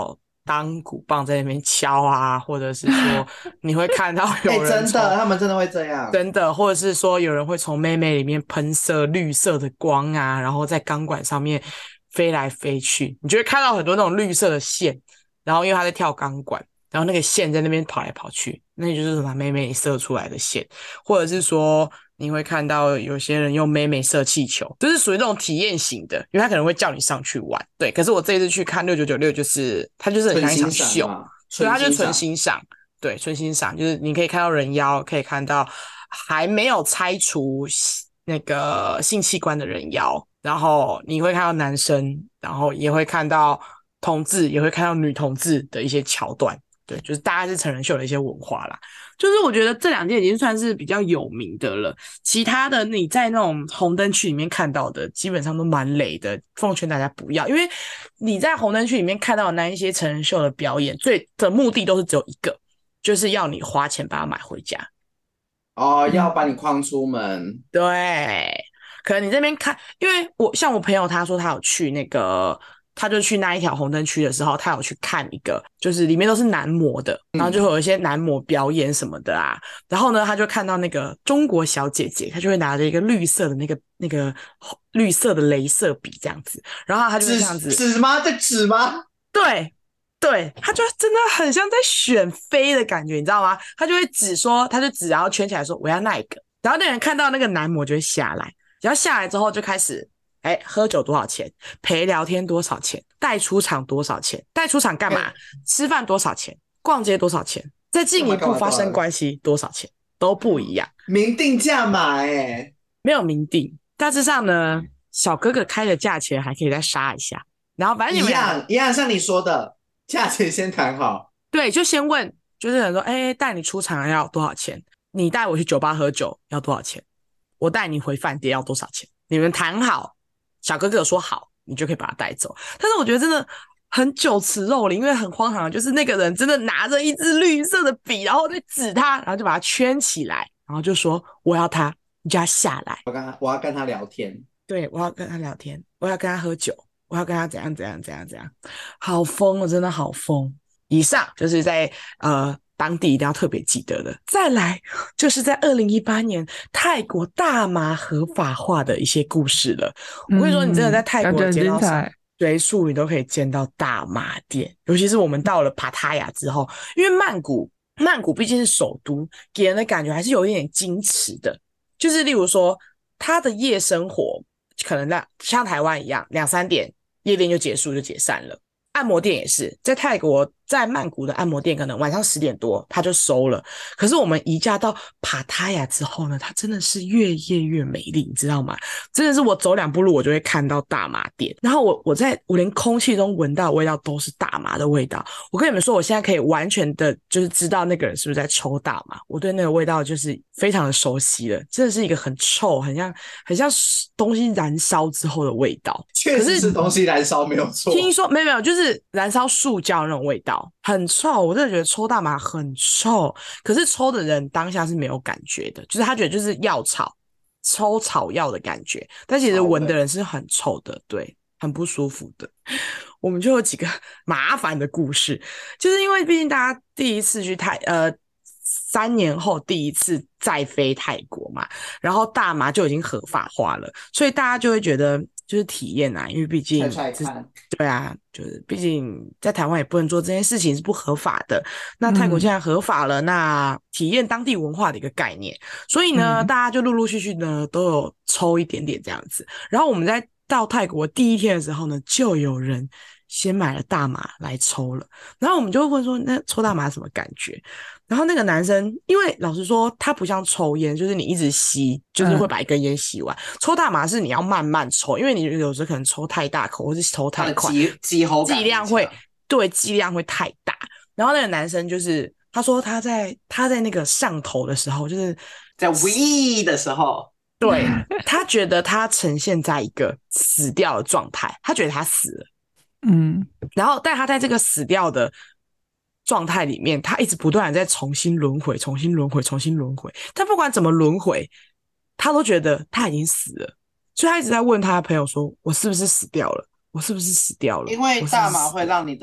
钢鼓棒在那边敲啊，或者是说你会看到有哎、 人真的， 从他们真的会这样。 真的，或者是说有人会从妹妹里面喷射绿色的光啊，然后在钢管上面飞来飞去，你就会看到很多那种绿色的线，然后因为他在跳钢管，然后那个线在那边跑来跑去，那就是把妹妹射出来的线，或者是说你会看到有些人用妹妹射气球，就是属于那种体验型的，因为他可能会叫你上去玩。对，可是我这一次去看六九九六，就是它就是很像一场秀，对，它就是纯欣赏。对，纯欣赏就是你可以看到人妖，可以看到还没有拆除那个性器官的人妖，然后你会看到男生，然后也会看到同志，也会看到女同志的一些桥段。对，就是大概是成人秀的一些文化啦。就是我觉得这两件已经算是比较有名的了，其他的你在那种红灯区里面看到的基本上都蛮雷的，奉劝大家不要，因为你在红灯区里面看到的那一些成人秀的表演，最的目的都是只有一个，就是要你花钱把它买回家。 哦，要把你框出门。 对，可能你这边看，因为我像我朋友他说他有去那个，他就去那一条红灯区的时候，他有去看一个，就是里面都是男模的，然后就会有一些男模表演什么的啊。然后呢，他就看到那个中国小姐姐，她就会拿着一个绿色的那个那个绿色的雷射笔这样子，然后他就会这样子纸吗？在纸吗？ 对。对，他就真的很像在选妃的感觉，你知道吗？他就会指说，他就指然后圈起来说我要那一个，然后那人看到那个男模就会下来，然后下来之后就开始，哎，喝酒多少钱？陪聊天多少钱？带出场多少钱？带出场干嘛？欸、吃饭多少钱？逛街多少钱？再进一步发生关系多少钱？都不一样， 明定价码哎、欸， 没有明定，大致上呢，小哥哥开的价钱还可以再杀一下，然后反正你们一样一样，像你说的。价钱先谈好， 对，就先问，就是人说，哎，带你出场要多少钱？你带我去酒吧喝酒要多少钱？我带你回饭店要多少钱？你们谈好，小哥哥说好，你就可以把他带走。但是我觉得真的很酒池肉林，因为很荒唐，就是那个人真的拿着一支绿色的笔，然后在指他，然后就把他圈起来，然后就说我要他，你叫他下来， 我跟他，我要跟他聊天， 对，我要跟他聊天，我要跟他喝酒。我要跟他怎样怎样怎样怎样，好疯哦，真的好疯。以上就是在呃当地一定要特别记得的。再来就是在二零一八年泰国大麻合法化的一些故事了。嗯、我跟你说，你真的在泰国见到随处你都可以见到大麻店，尤其是我们到了帕塔亚之后，因为曼谷曼谷毕竟是首都，给人的感觉还是有一点矜持的。就是例如说，它的夜生活可能在像台湾一样，两三点。夜店就结束就解散了，按摩店也是，在泰国在曼谷的按摩店可能晚上十点多它就收了，可是我们移驾到帕塔亚之后呢，它真的是越夜越美丽，你知道吗？真的是我走两步路我就会看到大麻店，然后我我在我连空气中闻到的味道都是大麻的味道。我跟你们说，我现在可以完全的就是知道那个人是不是在抽大麻，我对那个味道就是非常的熟悉了，真的是一个很臭很像很像东西燃烧之后的味道。 确实是东西燃烧没有错， 听说没有没有，就是燃烧塑胶那种味道，很臭。我真的觉得抽大麻很臭，可是抽的人当下是没有感觉的，就是他觉得就是药草抽草药的感觉，但其实闻的人是很臭的，对，很不舒服的。我们就有几个麻烦的故事，就是因为毕竟大家第一次去泰呃三年后第一次再飞泰国嘛，然后大麻就已经合法化了，所以大家就会觉得就是体验啊，因为毕竟踹踹看， 对啊，就是毕竟在台湾也不能做这件事情，是不合法的。那泰国现在合法了，嗯、那体验当地文化的一个概念，所以呢，嗯、大家就陆陆续续呢都有抽一点点这样子。然后我们在到泰国第一天的时候呢，就有人先买了大麻来抽了，然后我们就问说，那抽大麻什么感觉？然后那个男生，因为老实说，他不像抽烟，就是你一直吸，就是会把一根烟吸完。嗯、抽大麻是你要慢慢抽，因为你有时候可能抽太大口，或是抽太快， 剂喉剂量会对剂量会太大。然后那个男生就是他说他在他在那个上头的时候，就是在 we 的时候， 对他觉得他呈现在一个死掉的状态，他觉得他死了。嗯，然后但他在这个死掉的状态里面，他一直不断的在重新轮回重新轮回重新轮回，但不管怎么轮回他都觉得他已经死了，所以他一直在问他的朋友说，我是不是死掉了，我是不是死掉了， 因为大麻会让你的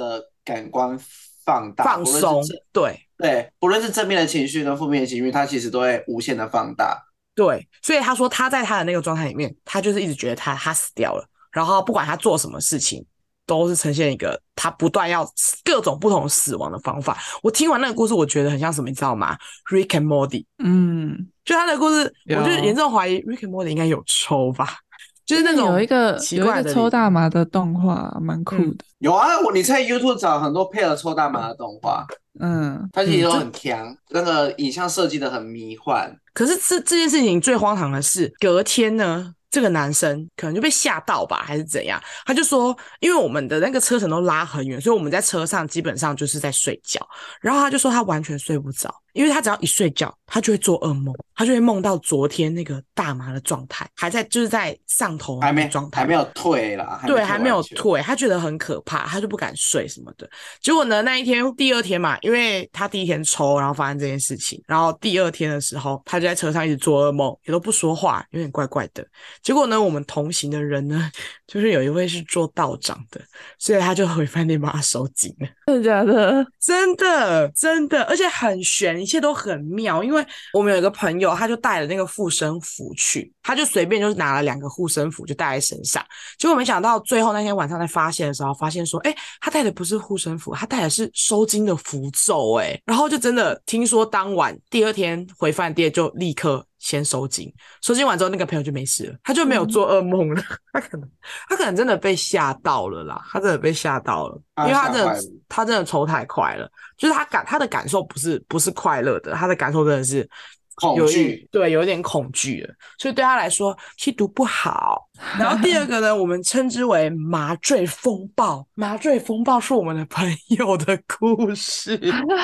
感官放大， 放松，对对，不论是正面的情绪跟负面的情绪，它其实都会无限的放大。 对，所以他说他在他的那个状态里面，他就是一直觉得他他死掉了，然后不管他做什么事情，都是呈现一个他不断要各种不同死亡的方法。我听完那个故事，我觉得很像什么，你知道吗 ？Rick and Morty， 嗯， 就他的故事，我有就严重怀疑 Rick and Morty 应该有抽吧，就是那种有一个奇怪的有一个抽大麻的动画，蛮酷的。 有啊，我你在 YouTube 找很多配合抽大麻的动画， 嗯， 它其实都很强，那个影像设计的很迷幻。 可是这这件事情最荒唐的是，隔天呢，这个男生可能就被吓到吧，还是怎样？他就说，因为我们的那个车程都拉很远，所以我们在车上基本上就是在睡觉。然后他就说他完全睡不着，因为他只要一睡觉，他就会做噩梦，他就会梦到昨天那个大麻的状态，还在就是在上头还没状态， 还没有退啦， 对，还没有退，他觉得很可怕，他就不敢睡什么的。结果呢，那一天第二天嘛，因为他第一天抽，然后发生这件事情，然后第二天的时候，他就在车上一直做噩梦，也都不说话，有点怪怪的。结果呢，我们同行的人呢，就是有一位是做道长的，所以他就回饭店把他收紧了。 真的假的？ 真的真的，而且很玄，一切都很妙。因为我们有一个朋友，他就带了那个护身符去，他就随便就是拿了两个护身符就带在身上。结果没想到最后那天晚上在发现的时候，发现说，哎，他带的不是护身符，他带的是收金的符咒，哎，然后就真的听说当晚第二天回饭店就立刻先收金，收金完之后那个朋友就没事了，他就没有做噩梦了。他可能他可能真的被吓到了啦，他真的被吓到了，因为他真的他真的抽太快了，就是他感他的感受不是不是快乐的，他的感受真的是恐惧， 对，有点恐惧了，所以对他来说吸毒不好。然后第二个呢，我们称之为麻醉风暴。麻醉风暴是我们的朋友的故事。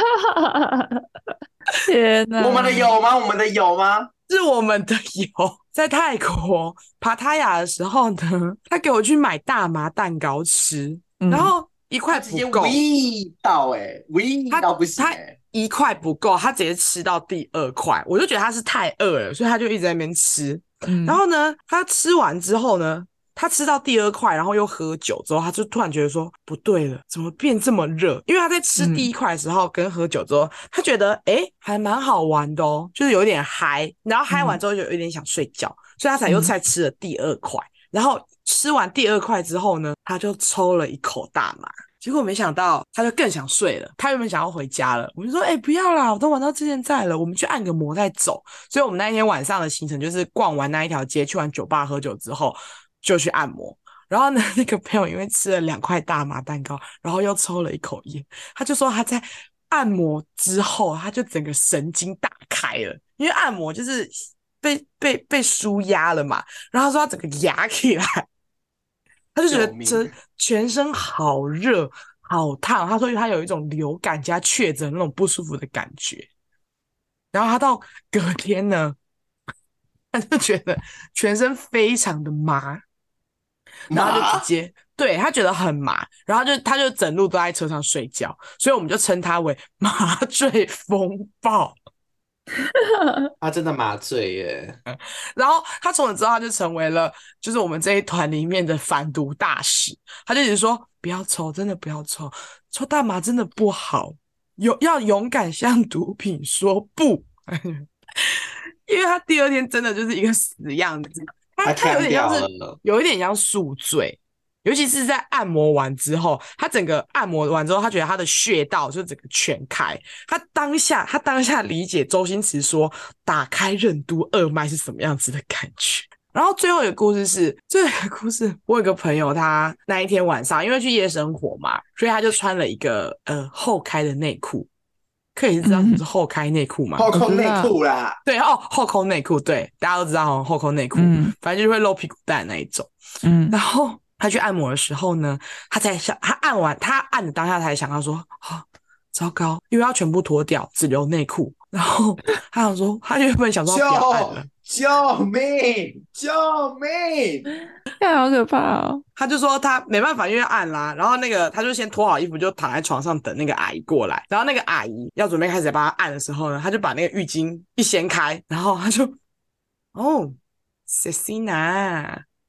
天哪！ 我们的有吗？我们的有吗？ 是我们的有。在泰国帕塔亚的时候呢，他给我去买大麻蛋糕吃，嗯、然后一块不够， 味道哎，味道不行哎、欸， 一块不够，他直接吃到第二块，我就觉得他是太饿了，所以他就一直在那边吃。嗯、然后呢，他吃完之后呢，他吃到第二块，然后又喝酒之后，他就突然觉得说不对了，怎么变这么热？因为他在吃第一块的时候跟喝酒之后，嗯、他觉得诶还蛮好玩的哦，就是有点嗨，然后嗨完之后就有点想睡觉，嗯、所以他才又再吃了第二块。然后吃完第二块之后呢，他就抽了一口大麻。结果没想到他就更想睡了，他原本想要回家了，我们就说哎、欸、不要啦，我都玩到现在了，我们去按个摩再走。所以我们那一天晚上的行程就是逛完那一条街，去完酒吧喝酒之后就去按摩。然后呢，那个朋友因为吃了两块大麻蛋糕，然后又抽了一口烟，他就说他在按摩之后他就整个神经打开了，因为按摩就是被被被舒压了嘛，然后他说他整个压起来，他就觉得这全身好热好烫，他说他有一种流感加确诊那种不舒服的感觉。然后他到隔天呢，他就觉得全身非常的麻，然后他就直接对他觉得很麻，然后就他就整路都在车上睡觉，所以我们就称他为麻醉风暴。 他真的麻醉耶， 然后他从此之后他就成为了就是我们这一团里面的反毒大使，他就一直说不要抽，真的不要抽，抽大麻真的不好，有要勇敢向毒品说不。因为他第二天真的就是一个死样子，他他有点像是有一点像宿醉，尤其是在按摩完之后，他整个按摩完之后，他觉得他的穴道就整个全开。他当下，他当下理解周星驰说打开任督二脉是什么样子的感觉。然后最后一个故事是，最后一个故事，我有个朋友，他那一天晚上因为去夜生活嘛，所以他就穿了一个呃后开的内裤。可以知道什么是后开内裤吗？ 后空内裤啦， 对哦，后空内裤，对，大家都知道哦，后空内裤，嗯、反正就是会露屁股蛋那一种。嗯，然后他去按摩的时候呢，他才想，他按完，他按的当下才想到说，啊，糟糕，因为要全部脱掉，只留内裤。然后他想说，他原本想说不要按了， 救命，救命！ 看好可怕哦！ 他就说他没办法，因为要按啦，然后那个他就先脱好衣服，就躺在床上等那个阿姨过来。然后那个阿姨要准备开始帮他按的时候呢，他就把那个浴巾一掀开，然后他就哦 ，Cecina，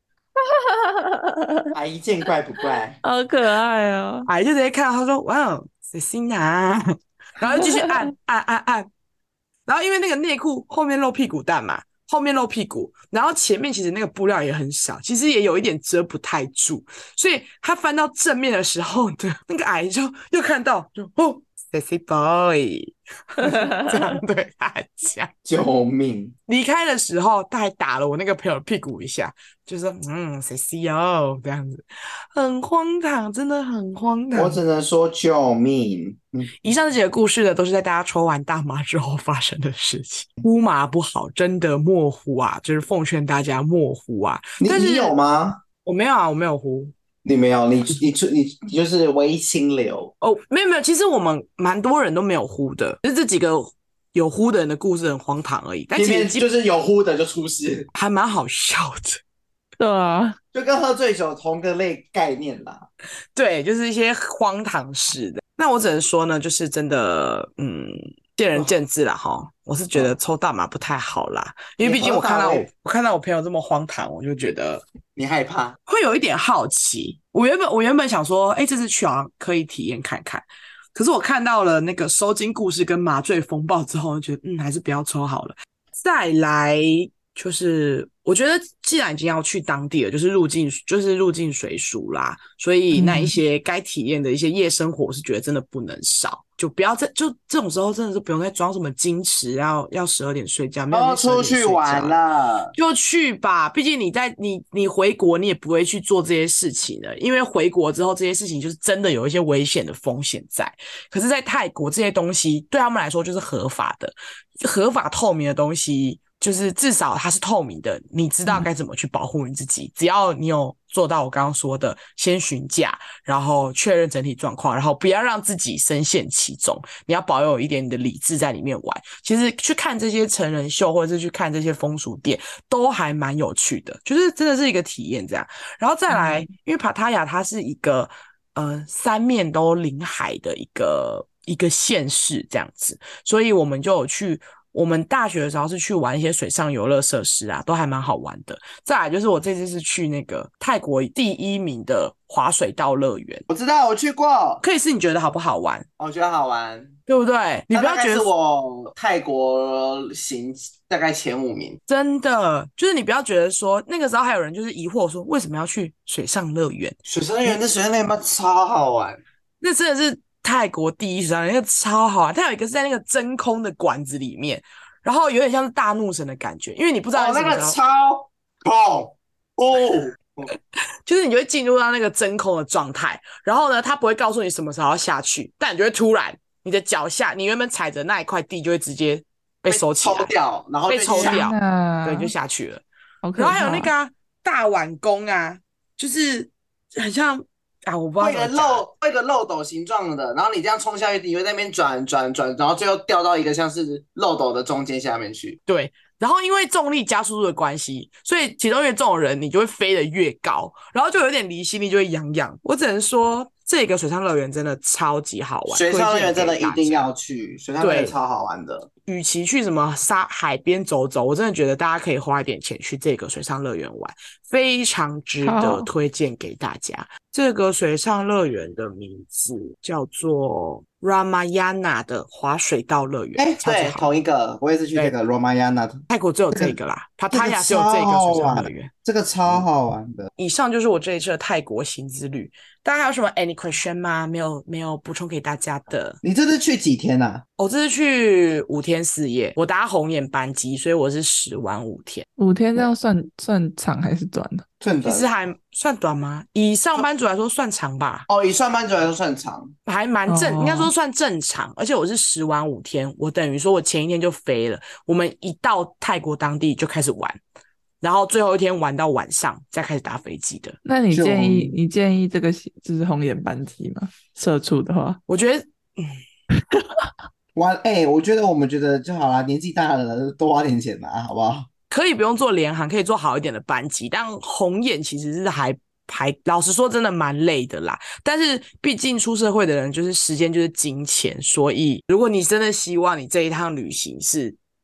阿姨见怪不怪。 好可爱哦！ 阿姨就直接看到他说：“哇，谁心啊？”然后就继续按按按按，然后因为那个内裤后面露屁股蛋嘛，后面露屁股，然后前面其实那个布料也很小，其实也有一点遮不太住，所以他翻到正面的时候呢，那个阿姨就又看到，就哦，sexy boy，这样对他讲。 救命！ 离开的时候，他还打了我那个朋友屁股一下，就说嗯，sexy 哦，这样子，很荒唐，真的很荒唐。 我只能说救命。嗯， 以上这几个故事呢，都是在大家抽完大麻之后发生的事情。呼麻不好，真的莫呼啊！就是奉劝大家莫呼啊。 你但是你有吗？ 我没有啊，我没有呼。 你没有，你你你你就是微清流。 哦，没有没有，其实我们蛮多人都没有呼的，就是这几个有呼的人的故事很荒唐而已。但偏其实基偏就是有呼的就出事， 还蛮好笑的。 对啊， 就跟喝醉酒同个类概念啦。 对，就是一些荒唐事的。那我只能说呢，就是真的，嗯，见仁见智啦哈。我是觉得抽大麻不太好啦，因为毕竟我看到我我看到我朋友这么荒唐，我就觉得你害怕， 会有一点好奇。我原本我原本想说，哎，这次去好像可以体验看看。可是我看到了那个收金故事跟麻醉风暴之后，我觉得嗯，还是不要抽好了。再来就是我觉得既然已经要去当地了，就是入境就是入境水俗啦，所以那一些该体验的一些夜生活，我是觉得真的不能少，就不要再就这种时候真的是不用再装什么矜持，要要十二点睡觉，没有哦，出去玩了就去吧，毕竟你在你你回国你也不会去做这些事情的，因为回国之后这些事情就是真的有一些危险的风险在。可是，在泰国这些东西对他们来说就是合法的，合法透明的东西。就是至少它是透明的，你知道该怎么去保护你自己。只要你有做到我刚刚说的，先询价，然后确认整体状况，然后不要让自己深陷其中。你要保有一点你的理智在里面玩。其实去看这些成人秀，或者是去看这些风俗店，都还蛮有趣的，就是真的是一个体验这样。然后再来，嗯、因为帕塔亚它是一个呃三面都临海的一个一个县市这样子，所以我们就有去。我们大学的时候是去玩一些水上游乐设施啊，都还蛮好玩的。再来就是我这次是去那个泰国第一名的滑水道乐园， 我知道我去过， 可以是你觉得好不好玩？ 我觉得好玩， 对不对？你不要觉得是我泰国行大概前五名， 真的就是你不要觉得说那个时候还有人就是疑惑说为什么要去水上乐园？ 水上乐园这水上乐园超好玩， 那真的是。泰国第一水上乐园那个超好玩，它有一个是在那个真空的管子里面，然后有点像是大怒神的感觉，因为你不知道哦那个超痛哦， 就是你就会进入到那个真空的状态，然后呢，它不会告诉你什么时候要下去，但你就会突然你的脚下，你原本踩着那一块地就会直接被收起来， 抽掉，然后被抽掉， 啊、 对，就下去了。 然后还有那个、啊、大碗弓啊，就是很像。啊，我不知道会一个漏，会一个漏斗形状的，然后你这样冲下去，你会在那边转转转，然后最后掉到一个像是漏斗的中间下面去。 对，然后因为重力加速度的关系，所以其中越重的人，你就会飞得越高，然后就有点离心力就会痒痒。我只能说，这个水上乐园真的超级好玩， 水上乐园真的一定要去，水上乐园超好玩的。 与其去什么沙海边走走，我真的觉得大家可以花一点钱去这个水上乐园玩，非常值得推荐给大家。这个水上乐园的名字叫做 Ramayana 的滑水道乐园。 哎、欸，对，同一个，我也是去这个 Ramayana。 泰国只有这个啦，帕塔亚只有这个水上乐园， 这个超好玩的、嗯。 以上就是我这一次的泰国行之旅。大家还有什么 any question 吗？没有，没有补充给大家的。 你这次去几天啊？ 我这次去五天四夜，我搭红眼班机，所以我是十晚五天。 五天这样算算长还是短的？ 算短， 其实还算短吗？以上班族来说算长吧。 哦，以上班族来说算长， 还蛮正，哦、应该说算正常。而且我是十晚五天，我等于说我前一天就飞了，我们一到泰国当地就开始玩。然后最后一天玩到晚上再开始搭飞机的。 那你建议你建议这个就是红眼班机吗？社畜的话， 我觉得，嗯， 玩哎、欸，我觉得我们觉得就好啦，年纪大了多花点钱啦，好不好？ 可以不用做联航，可以做好一点的班机，但红眼其实是还还老实说真的蛮累的啦。但是毕竟出社会的人就是时间就是金钱，所以如果你真的希望你这一趟旅行是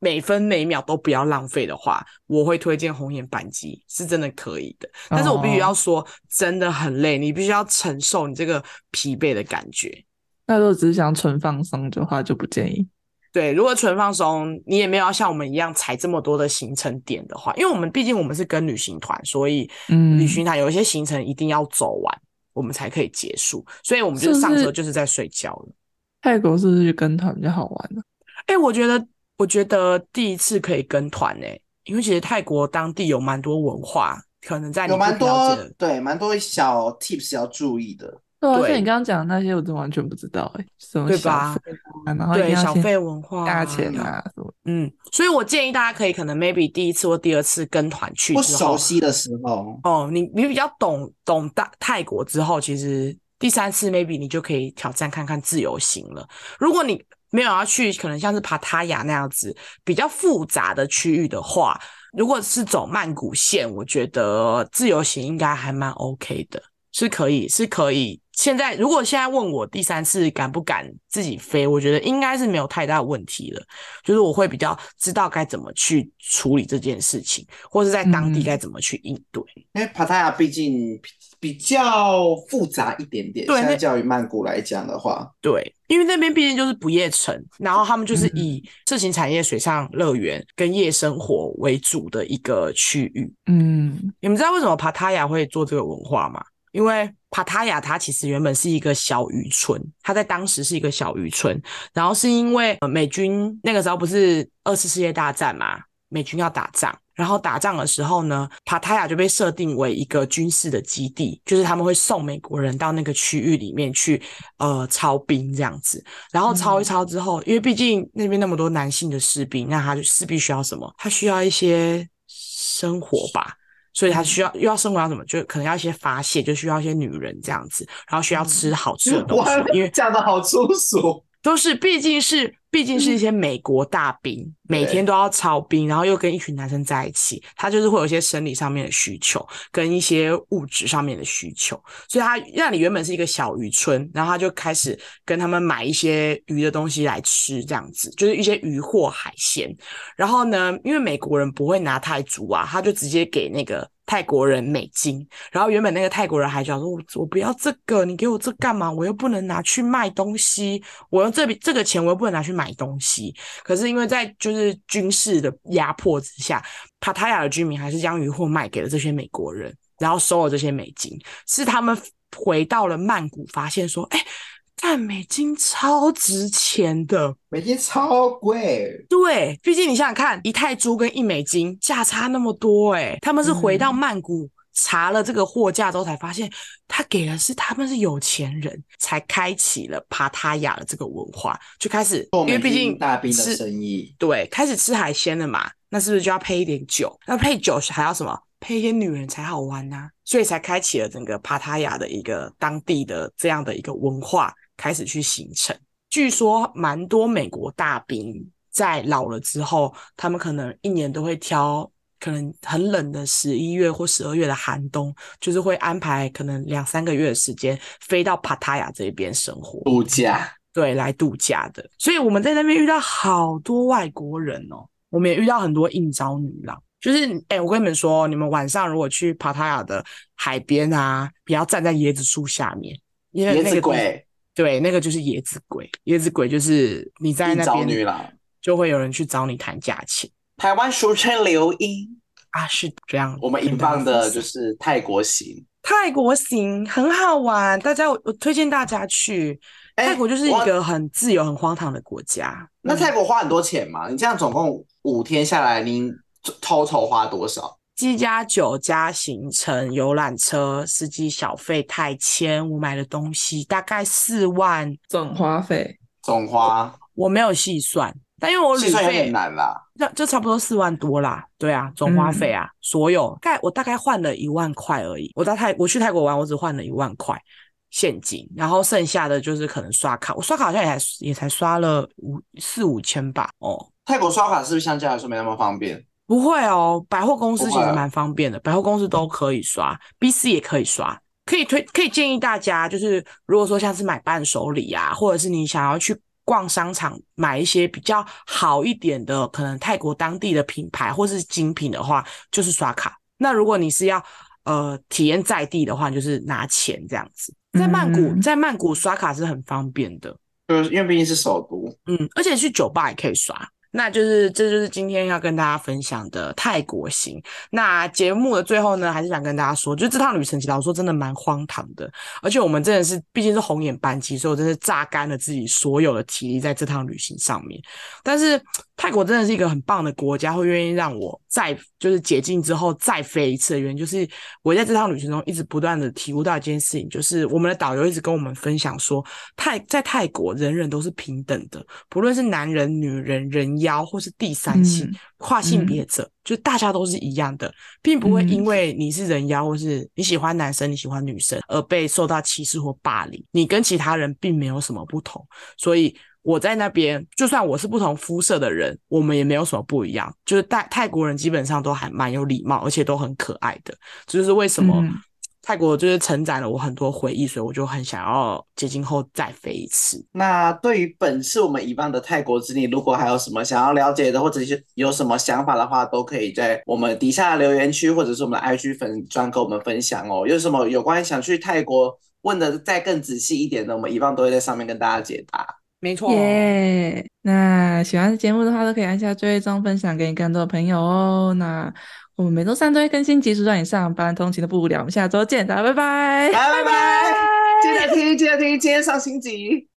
每分每秒都不要浪费的话，我会推荐红眼班机，是真的可以的。但是我必须要说，真的很累，你必须要承受你这个疲惫的感觉。 那如果只是想纯放松的话，就不建议。 对，如果纯放松，你也没有要像我们一样踩这么多的行程点的话，因为我们毕竟我们是跟旅行团，所以旅行团有一些行程一定要走完，我们才可以结束，所以我们就上车就是在睡觉了。 泰国是不是跟团比较好玩呢？ 哎、欸，我觉得，我觉得第一次可以跟团哎、欸，因为其实泰国当地有蛮多文化，可能在你有蛮多对蛮多小 tips 要注意的。 对啊，像你刚刚讲的那些，我真的完全不知道哎、欸，什么小费啊，然后对小费文化、 价钱啊什么， 嗯，所以我建议大家可以可能 maybe 第一次或第二次跟团去之后， 不熟悉的时候， 哦，你你比较懂懂大泰国之后，其实第三次 maybe 你就可以挑战看看自由行了。如果你没有要去，可能像是帕塔亚那样子比较复杂的区域的话，如果是走曼谷线，我觉得自由行应该还蛮 OK 的，是可以，是可以。现在如果现在问我第三次敢不敢自己飞，我觉得应该是没有太大的问题了。就是我会比较知道该怎么去处理这件事情，或是在当地该怎么去应对。嗯、 因为帕塔亚毕竟比较复杂一点点，相较于曼谷来讲的话， 对，因为那边毕竟就是不夜城，然后他们就是以色情产业、水上乐园跟夜生活为主的一个区域。嗯，你们知道为什么帕塔亚会做这个文化吗？因为帕塔亚它其实原本是一个小渔村，它在当时是一个小渔村，然后是因为美军那个时候不是二次世界大战嘛，美军要打仗，然后打仗的时候呢，帕塔亚就被设定为一个军事的基地，就是他们会送美国人到那个区域里面去呃操兵这样子，然后操一操之后、嗯、因为毕竟那边那么多男性的士兵，那他就势必需要什么？他需要一些生活吧，所以他需要又要生活要什么，就可能要一些发泄，就需要一些女人这样子，然后需要吃好吃的东西， 嗯、因为讲得好粗俗， 都是毕竟是毕竟是一些美国大兵、嗯、每天都要操兵，然后又跟一群男生在一起，他就是会有一些生理上面的需求跟一些物质上面的需求，所以他那里原本是一个小渔村，然后他就开始跟他们买一些鱼的东西来吃，这样子就是一些鱼货海鲜。然后呢，因为美国人不会拿泰铢啊，他就直接给那个泰国人美金，然后原本那个泰国人还讲说我我不要这个，你给我这干嘛？我又不能拿去卖东西，我用这笔这个钱我又不能拿去买东西。可是因为在就是军事的压迫之下，帕塔亚的居民还是将渔获卖给了这些美国人，然后收了这些美金。是他们回到了曼谷发现说，哎，干美金超值钱的， 美金超贵。 对，毕竟你想想看，一泰铢跟一美金价差那么多，诶他们是回到曼谷、嗯、查了这个货架之后才发现，他给的是他们是有钱人，才开启了帕塔亚的这个文化，就开始因为毕竟大兵的生意， 对，开始吃海鲜了嘛，那是不是就要配一点酒？那配酒还要什么？配一些女人才好玩啊，所以才开启了整个帕塔亚的一个当地的这样的一个文化开始去形成。据说蛮多美国大兵在老了之后，他们可能一年都会挑可能很冷的十一月或十二月的寒冬，就是会安排可能两三个月的时间飞到帕塔亚这边生活度假， 对，来度假的。所以我们在那边遇到好多外国人哦，我们也遇到很多应招女郎。就是哎、欸，我跟你们说，你们晚上如果去帕塔亚的海边啊，不要站在椰子树下面，因为那个椰子鬼， 对，那个就是椰子鬼。椰子鬼就是你在那边女郎就会有人去找你谈价钱。 台湾俗称流音啊，是这样。 我们一棒的就是泰国行， 泰国行很好玩，大家我推荐大家去。欸、泰国就是一个很自由、很荒唐的国家。 那泰国花很多钱吗？你这样总共五天下来，你total花多少？ 机加酒加行程、游览车、司机小费、泰签，我买的东西大概四万总花费。 总花我, 我没有细算，但因为我旅费细算有点难啦， 就差不多四万多啦。对啊，总花费啊，嗯、所有概我大概换了一万块而已。我到泰我去泰国玩，我只换了一万块现金，然后剩下的就是可能刷卡，我刷卡好像也才也才刷了五四五千吧。哦， 泰国刷卡是不是相对来说没那么方便？ 不会哦，百货公司其实蛮方便的，百货公司都可以刷 ，B C 也可以刷，可以推可以建议大家，就是如果说像是买伴手礼啊，或者是你想要去逛商场买一些比较好一点的，可能泰国当地的品牌或是精品的话，就是刷卡。那如果你是要呃体验在地的话，你就是拿钱这样子。在曼谷， 嗯在曼谷刷卡是很方便的， 就是因为毕竟是首都。 嗯，而且去酒吧也可以刷。那就是这就是今天要跟大家分享的泰国行。那节目的最后呢，还是想跟大家说，就是这趟旅程其实老实说真的蛮荒唐的，而且我们真的是毕竟是红眼班机，所以我真是榨干了自己所有的体力在这趟旅行上面。但是泰国真的是一个很棒的国家，会愿意让我再就是解禁之后再飞一次的原因，就是我在这趟旅行中一直不断的体悟到一件事情，就是我们的导游一直跟我们分享说，泰在泰国人人都是平等的，不论是男人、女人、人妖或是第三性、 嗯跨性别者，就大家都是一样的，并不会嗯因为你是人妖或是你喜欢男生、你喜欢女生而被受到歧视或霸凌，你跟其他人并没有什么不同，所以我在那边，就算我是不同肤色的人，我们也没有什么不一样。就是泰泰国人基本上都还蛮有礼貌，而且都很可爱的。这就是为什么嗯泰国就是承载了我很多回忆，所以我就很想要解禁后再飞一次。 那对于本次我们以往的泰国之旅，如果还有什么想要了解的，或者是有什么想法的话，都可以在我们底下的留言区，或者是我们的 I G 粉专跟我们分享哦。有什么有关想去泰国问的再更仔细一点的，我们以往都会在上面跟大家解答。 没错， 耶那喜欢节目的话，都可以按下追踪，分享给你更多的朋友哦。那我们每周三都会更新集数，让你上班通勤的不无聊。我们下周见，大家拜拜， 拜拜拜，记得听，记得听，今天上新集。